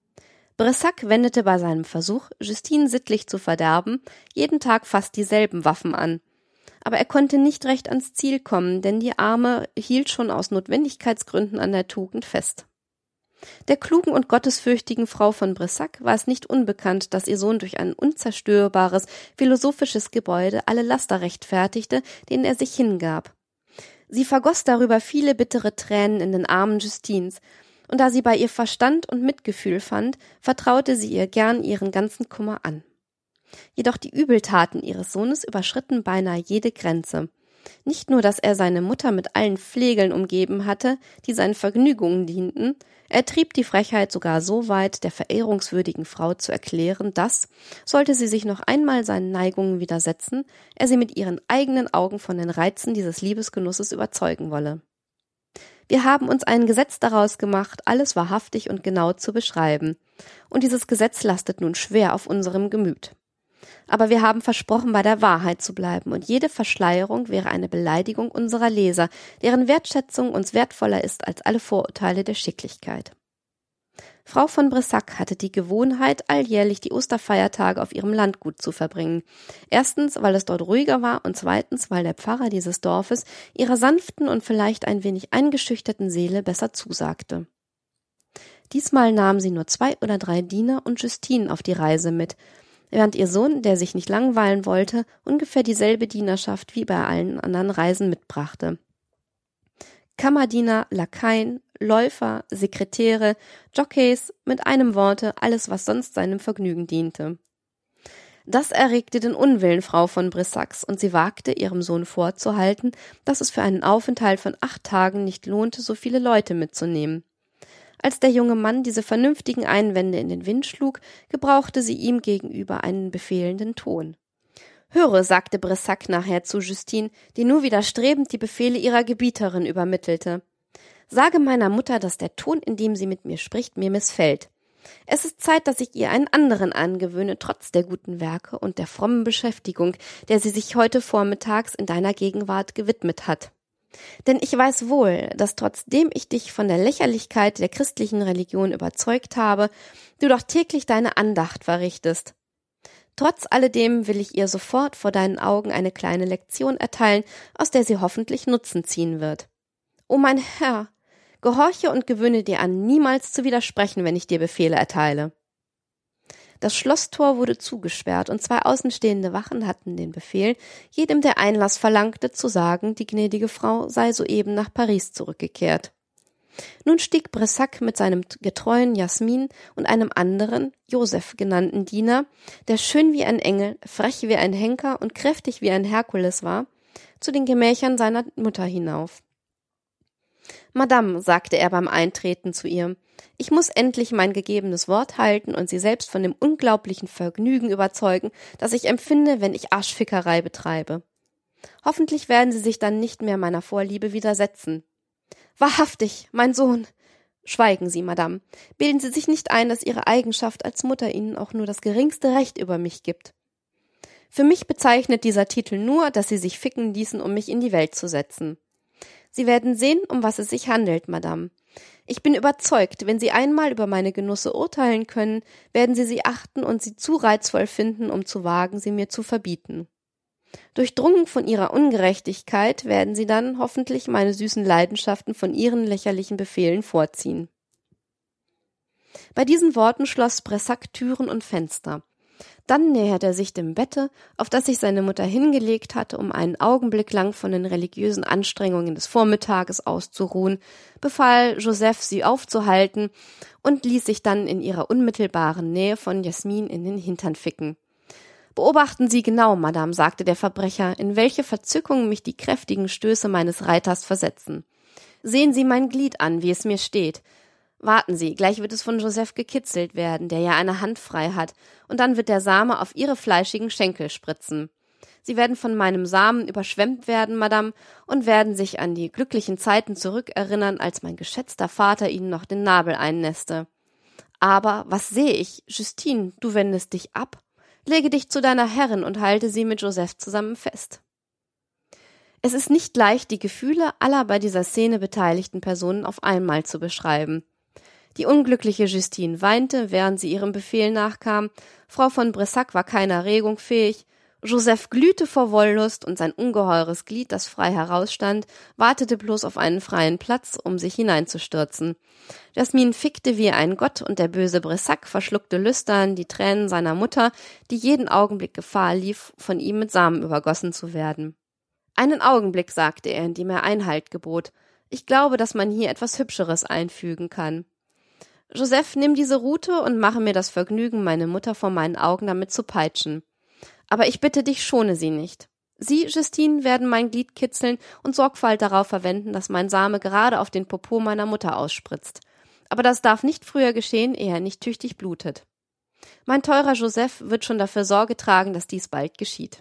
Brissac wendete bei seinem Versuch, Justine sittlich zu verderben, jeden Tag fast dieselben Waffen an. Aber er konnte nicht recht ans Ziel kommen, denn die Arme hielt schon aus Notwendigkeitsgründen an der Tugend fest. Der klugen und gottesfürchtigen Frau von Brissac war es nicht unbekannt, dass ihr Sohn durch ein unzerstörbares, philosophisches Gebäude alle Laster rechtfertigte, denen er sich hingab. Sie vergoss darüber viele bittere Tränen in den Armen Justines, und da sie bei ihr Verstand und Mitgefühl fand, vertraute sie ihr gern ihren ganzen Kummer an. Jedoch die Übeltaten ihres Sohnes überschritten beinahe jede Grenze. Nicht nur, dass er seine Mutter mit allen Flegeln umgeben hatte, die seinen Vergnügungen dienten, er trieb die Frechheit sogar so weit, der verehrungswürdigen Frau zu erklären, dass, sollte sie sich noch einmal seinen Neigungen widersetzen, er sie mit ihren eigenen Augen von den Reizen dieses Liebesgenusses überzeugen wolle. Wir haben uns ein Gesetz daraus gemacht, alles wahrhaftig und genau zu beschreiben, und dieses Gesetz lastet nun schwer auf unserem Gemüt. Aber wir haben versprochen, bei der Wahrheit zu bleiben, und jede Verschleierung wäre eine Beleidigung unserer Leser, deren Wertschätzung uns wertvoller ist als alle Vorurteile der Schicklichkeit. Frau von Brissac hatte die Gewohnheit, alljährlich die Osterfeiertage auf ihrem Landgut zu verbringen. Erstens, weil es dort ruhiger war, und zweitens, weil der Pfarrer dieses Dorfes ihrer sanften und vielleicht ein wenig eingeschüchterten Seele besser zusagte. Diesmal nahm sie nur zwei oder drei Diener und Justine auf die Reise mit, während ihr Sohn, der sich nicht langweilen wollte, ungefähr dieselbe Dienerschaft wie bei allen anderen Reisen mitbrachte. Kammerdiener, Lakaien, Läufer, Sekretäre, Jockeys, mit einem Worte alles, was sonst seinem Vergnügen diente. Das erregte den Unwillen Frau von Brissacs, und sie wagte, ihrem Sohn vorzuhalten, dass es für einen Aufenthalt von acht Tagen nicht lohnte, so viele Leute mitzunehmen. Als der junge Mann diese vernünftigen Einwände in den Wind schlug, gebrauchte sie ihm gegenüber einen befehlenden Ton. »Höre«, sagte Brissac nachher zu Justine, die nur widerstrebend die Befehle ihrer Gebieterin übermittelte. »Sage meiner Mutter, dass der Ton, in dem sie mit mir spricht, mir missfällt. Es ist Zeit, dass ich ihr einen anderen angewöhne, trotz der guten Werke und der frommen Beschäftigung, der sie sich heute vormittags in deiner Gegenwart gewidmet hat. Denn ich weiß wohl, dass trotzdem ich dich von der Lächerlichkeit der christlichen Religion überzeugt habe, du doch täglich deine Andacht verrichtest. Trotz alledem will ich ihr sofort vor deinen Augen eine kleine Lektion erteilen, aus der sie hoffentlich Nutzen ziehen wird. O mein Herr, gehorche und gewöhne dir an, niemals zu widersprechen, wenn ich dir Befehle erteile.« Das Schlosstor wurde zugesperrt, und zwei außenstehende Wachen hatten den Befehl, jedem, der Einlass verlangte, zu sagen, die gnädige Frau sei soeben nach Paris zurückgekehrt. Nun stieg Brissac mit seinem getreuen Jasmin und einem anderen, Joseph genannten Diener, der schön wie ein Engel, frech wie ein Henker und kräftig wie ein Herkules war, zu den Gemächern seiner Mutter hinauf. »Madame«, sagte er beim Eintreten zu ihr, »ich muss endlich mein gegebenes Wort halten und Sie selbst von dem unglaublichen Vergnügen überzeugen, das ich empfinde, wenn ich Arschfickerei betreibe. Hoffentlich werden Sie sich dann nicht mehr meiner Vorliebe widersetzen. Wahrhaftig, mein Sohn! Schweigen Sie, Madame. Bilden Sie sich nicht ein, dass Ihre Eigenschaft als Mutter Ihnen auch nur das geringste Recht über mich gibt. Für mich bezeichnet dieser Titel nur, dass Sie sich ficken ließen, um mich in die Welt zu setzen. Sie werden sehen, um was es sich handelt, Madame. Ich bin überzeugt, wenn Sie einmal über meine Genusse urteilen können, werden Sie sie achten und sie zu reizvoll finden, um zu wagen, sie mir zu verbieten. Durchdrungen von Ihrer Ungerechtigkeit werden Sie dann hoffentlich meine süßen Leidenschaften von Ihren lächerlichen Befehlen vorziehen. Bei diesen Worten schloss Brissac Türen und Fenster. Dann näherte er sich dem Bette, auf das sich seine Mutter hingelegt hatte, um einen Augenblick lang von den religiösen Anstrengungen des Vormittages auszuruhen, befahl Joseph, sie aufzuhalten und ließ sich dann in ihrer unmittelbaren Nähe von Jasmin in den Hintern ficken. »Beobachten Sie genau, Madame«, sagte der Verbrecher, »in welche Verzückung mich die kräftigen Stöße meines Reiters versetzen. Sehen Sie mein Glied an, wie es mir steht. Warten Sie, gleich wird es von Joseph gekitzelt werden, der ja eine Hand frei hat, und dann wird der Same auf Ihre fleischigen Schenkel spritzen. Sie werden von meinem Samen überschwemmt werden, Madame, und werden sich an die glücklichen Zeiten zurückerinnern, als mein geschätzter Vater Ihnen noch den Nabel einnässte. Aber was sehe ich? Justine, du wendest dich ab? Lege dich zu deiner Herrin und halte sie mit Joseph zusammen fest.« Es ist nicht leicht, die Gefühle aller bei dieser Szene beteiligten Personen auf einmal zu beschreiben. Die unglückliche Justine weinte, während sie ihrem Befehl nachkam, Frau von Brissac war keiner Regung fähig, Joseph glühte vor Wollust und sein ungeheures Glied, das frei herausstand, wartete bloß auf einen freien Platz, um sich hineinzustürzen. Jasmin fickte wie ein Gott und der böse Brissac verschluckte lüstern die Tränen seiner Mutter, die jeden Augenblick Gefahr lief, von ihm mit Samen übergossen zu werden. »Einen Augenblick«, sagte er, indem er Einhalt gebot. »Ich glaube, dass man hier etwas Hübscheres einfügen kann. Joseph, nimm diese Rute und mache mir das Vergnügen, meine Mutter vor meinen Augen damit zu peitschen. Aber ich bitte dich, schone sie nicht. Sie, Justine, werden mein Glied kitzeln und Sorgfalt darauf verwenden, dass mein Same gerade auf den Popo meiner Mutter ausspritzt. Aber das darf nicht früher geschehen, ehe er nicht tüchtig blutet. Mein teurer Joseph wird schon dafür Sorge tragen, dass dies bald geschieht.«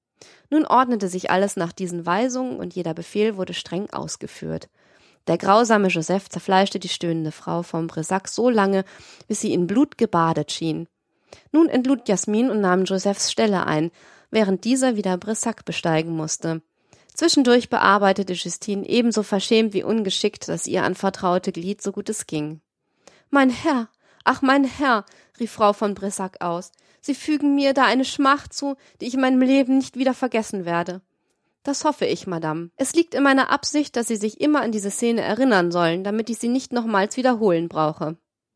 Nun ordnete sich alles nach diesen Weisungen und jeder Befehl wurde streng ausgeführt. Der grausame Joseph zerfleischte die stöhnende Frau von Brissac so lange, bis sie in Blut gebadet schien. Nun entlud Jasmin und nahm Josephs Stelle ein, während dieser wieder Brissac besteigen musste. Zwischendurch bearbeitete Justine ebenso verschämt wie ungeschickt das ihr anvertraute Glied, so gut es ging. »Mein Herr, ach mein Herr«, rief Frau von Brissac aus, »Sie fügen mir da eine Schmach zu, die ich in meinem Leben nicht wieder vergessen werde.« »Das hoffe ich, Madame. Es liegt in meiner Absicht, dass Sie sich immer an diese Szene erinnern sollen, damit ich sie nicht nochmals wiederholen brauche.«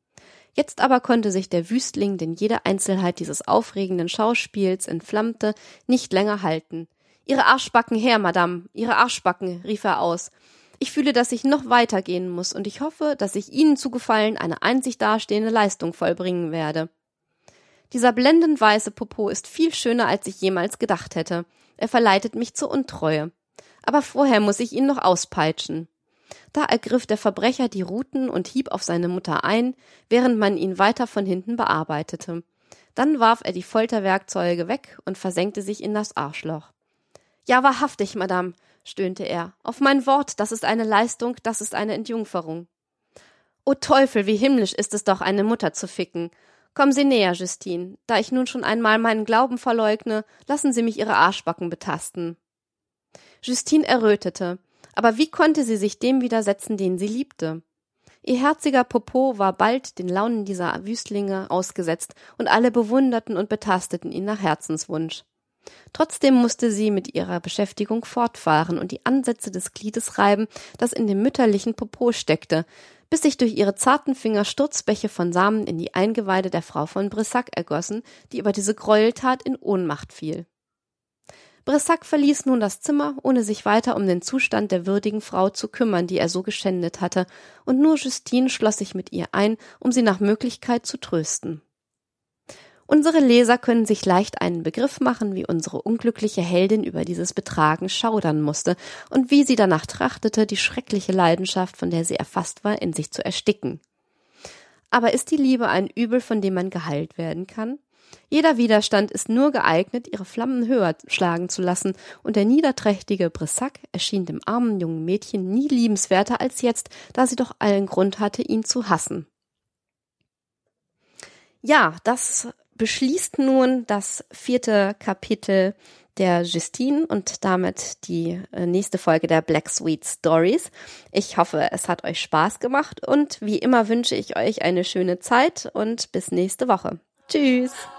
Jetzt aber konnte sich der Wüstling, den jede Einzelheit dieses aufregenden Schauspiels entflammte, nicht länger halten. »Ihre Arschbacken her, Madame, Ihre Arschbacken«, rief er aus. »Ich fühle, dass ich noch weitergehen muss, und ich hoffe, dass ich Ihnen zu Gefallen eine einzig dastehende Leistung vollbringen werde. Dieser blendend weiße Popo ist viel schöner, als ich jemals gedacht hätte. Er verleitet mich zur Untreue. Aber vorher muss ich ihn noch auspeitschen.« Da ergriff der Verbrecher die Ruten und hieb auf seine Mutter ein, während man ihn weiter von hinten bearbeitete. Dann warf er die Folterwerkzeuge weg und versenkte sich in das Arschloch. »Ja, wahrhaftig, Madame«, stöhnte er. »Auf mein Wort, das ist eine Leistung, das ist eine Entjungferung.« »O Teufel, wie himmlisch ist es doch, eine Mutter zu ficken. Kommen Sie näher, Justine. Da ich nun schon einmal meinen Glauben verleugne, lassen Sie mich Ihre Arschbacken betasten.« Justine errötete. Aber wie konnte sie sich dem widersetzen, den sie liebte? Ihr herziger Popo war bald den Launen dieser Wüstlinge ausgesetzt, und alle bewunderten und betasteten ihn nach Herzenswunsch. Trotzdem musste sie mit ihrer Beschäftigung fortfahren und die Ansätze des Gliedes reiben, das in dem mütterlichen Popo steckte, bis sich durch ihre zarten Finger Sturzbäche von Samen in die Eingeweide der Frau von Brissac ergossen, die über diese Gräueltat in Ohnmacht fiel. Brissac verließ nun das Zimmer, ohne sich weiter um den Zustand der würdigen Frau zu kümmern, die er so geschändet hatte, und nur Justine schloss sich mit ihr ein, um sie nach Möglichkeit zu trösten. Unsere Leser können sich leicht einen Begriff machen, wie unsere unglückliche Heldin über dieses Betragen schaudern musste und wie sie danach trachtete, die schreckliche Leidenschaft, von der sie erfasst war, in sich zu ersticken. Aber ist die Liebe ein Übel, von dem man geheilt werden kann? Jeder Widerstand ist nur geeignet, ihre Flammen höher schlagen zu lassen, und der niederträchtige Brissac erschien dem armen jungen Mädchen nie liebenswerter als jetzt, da sie doch allen Grund hatte, ihn zu hassen. Ja, das beschließt nun das vierte Kapitel der Justine und damit die nächste Folge der Black Sweet Stories. Ich hoffe, es hat euch Spaß gemacht und wie immer wünsche ich euch eine schöne Zeit und bis nächste Woche. Tschüss!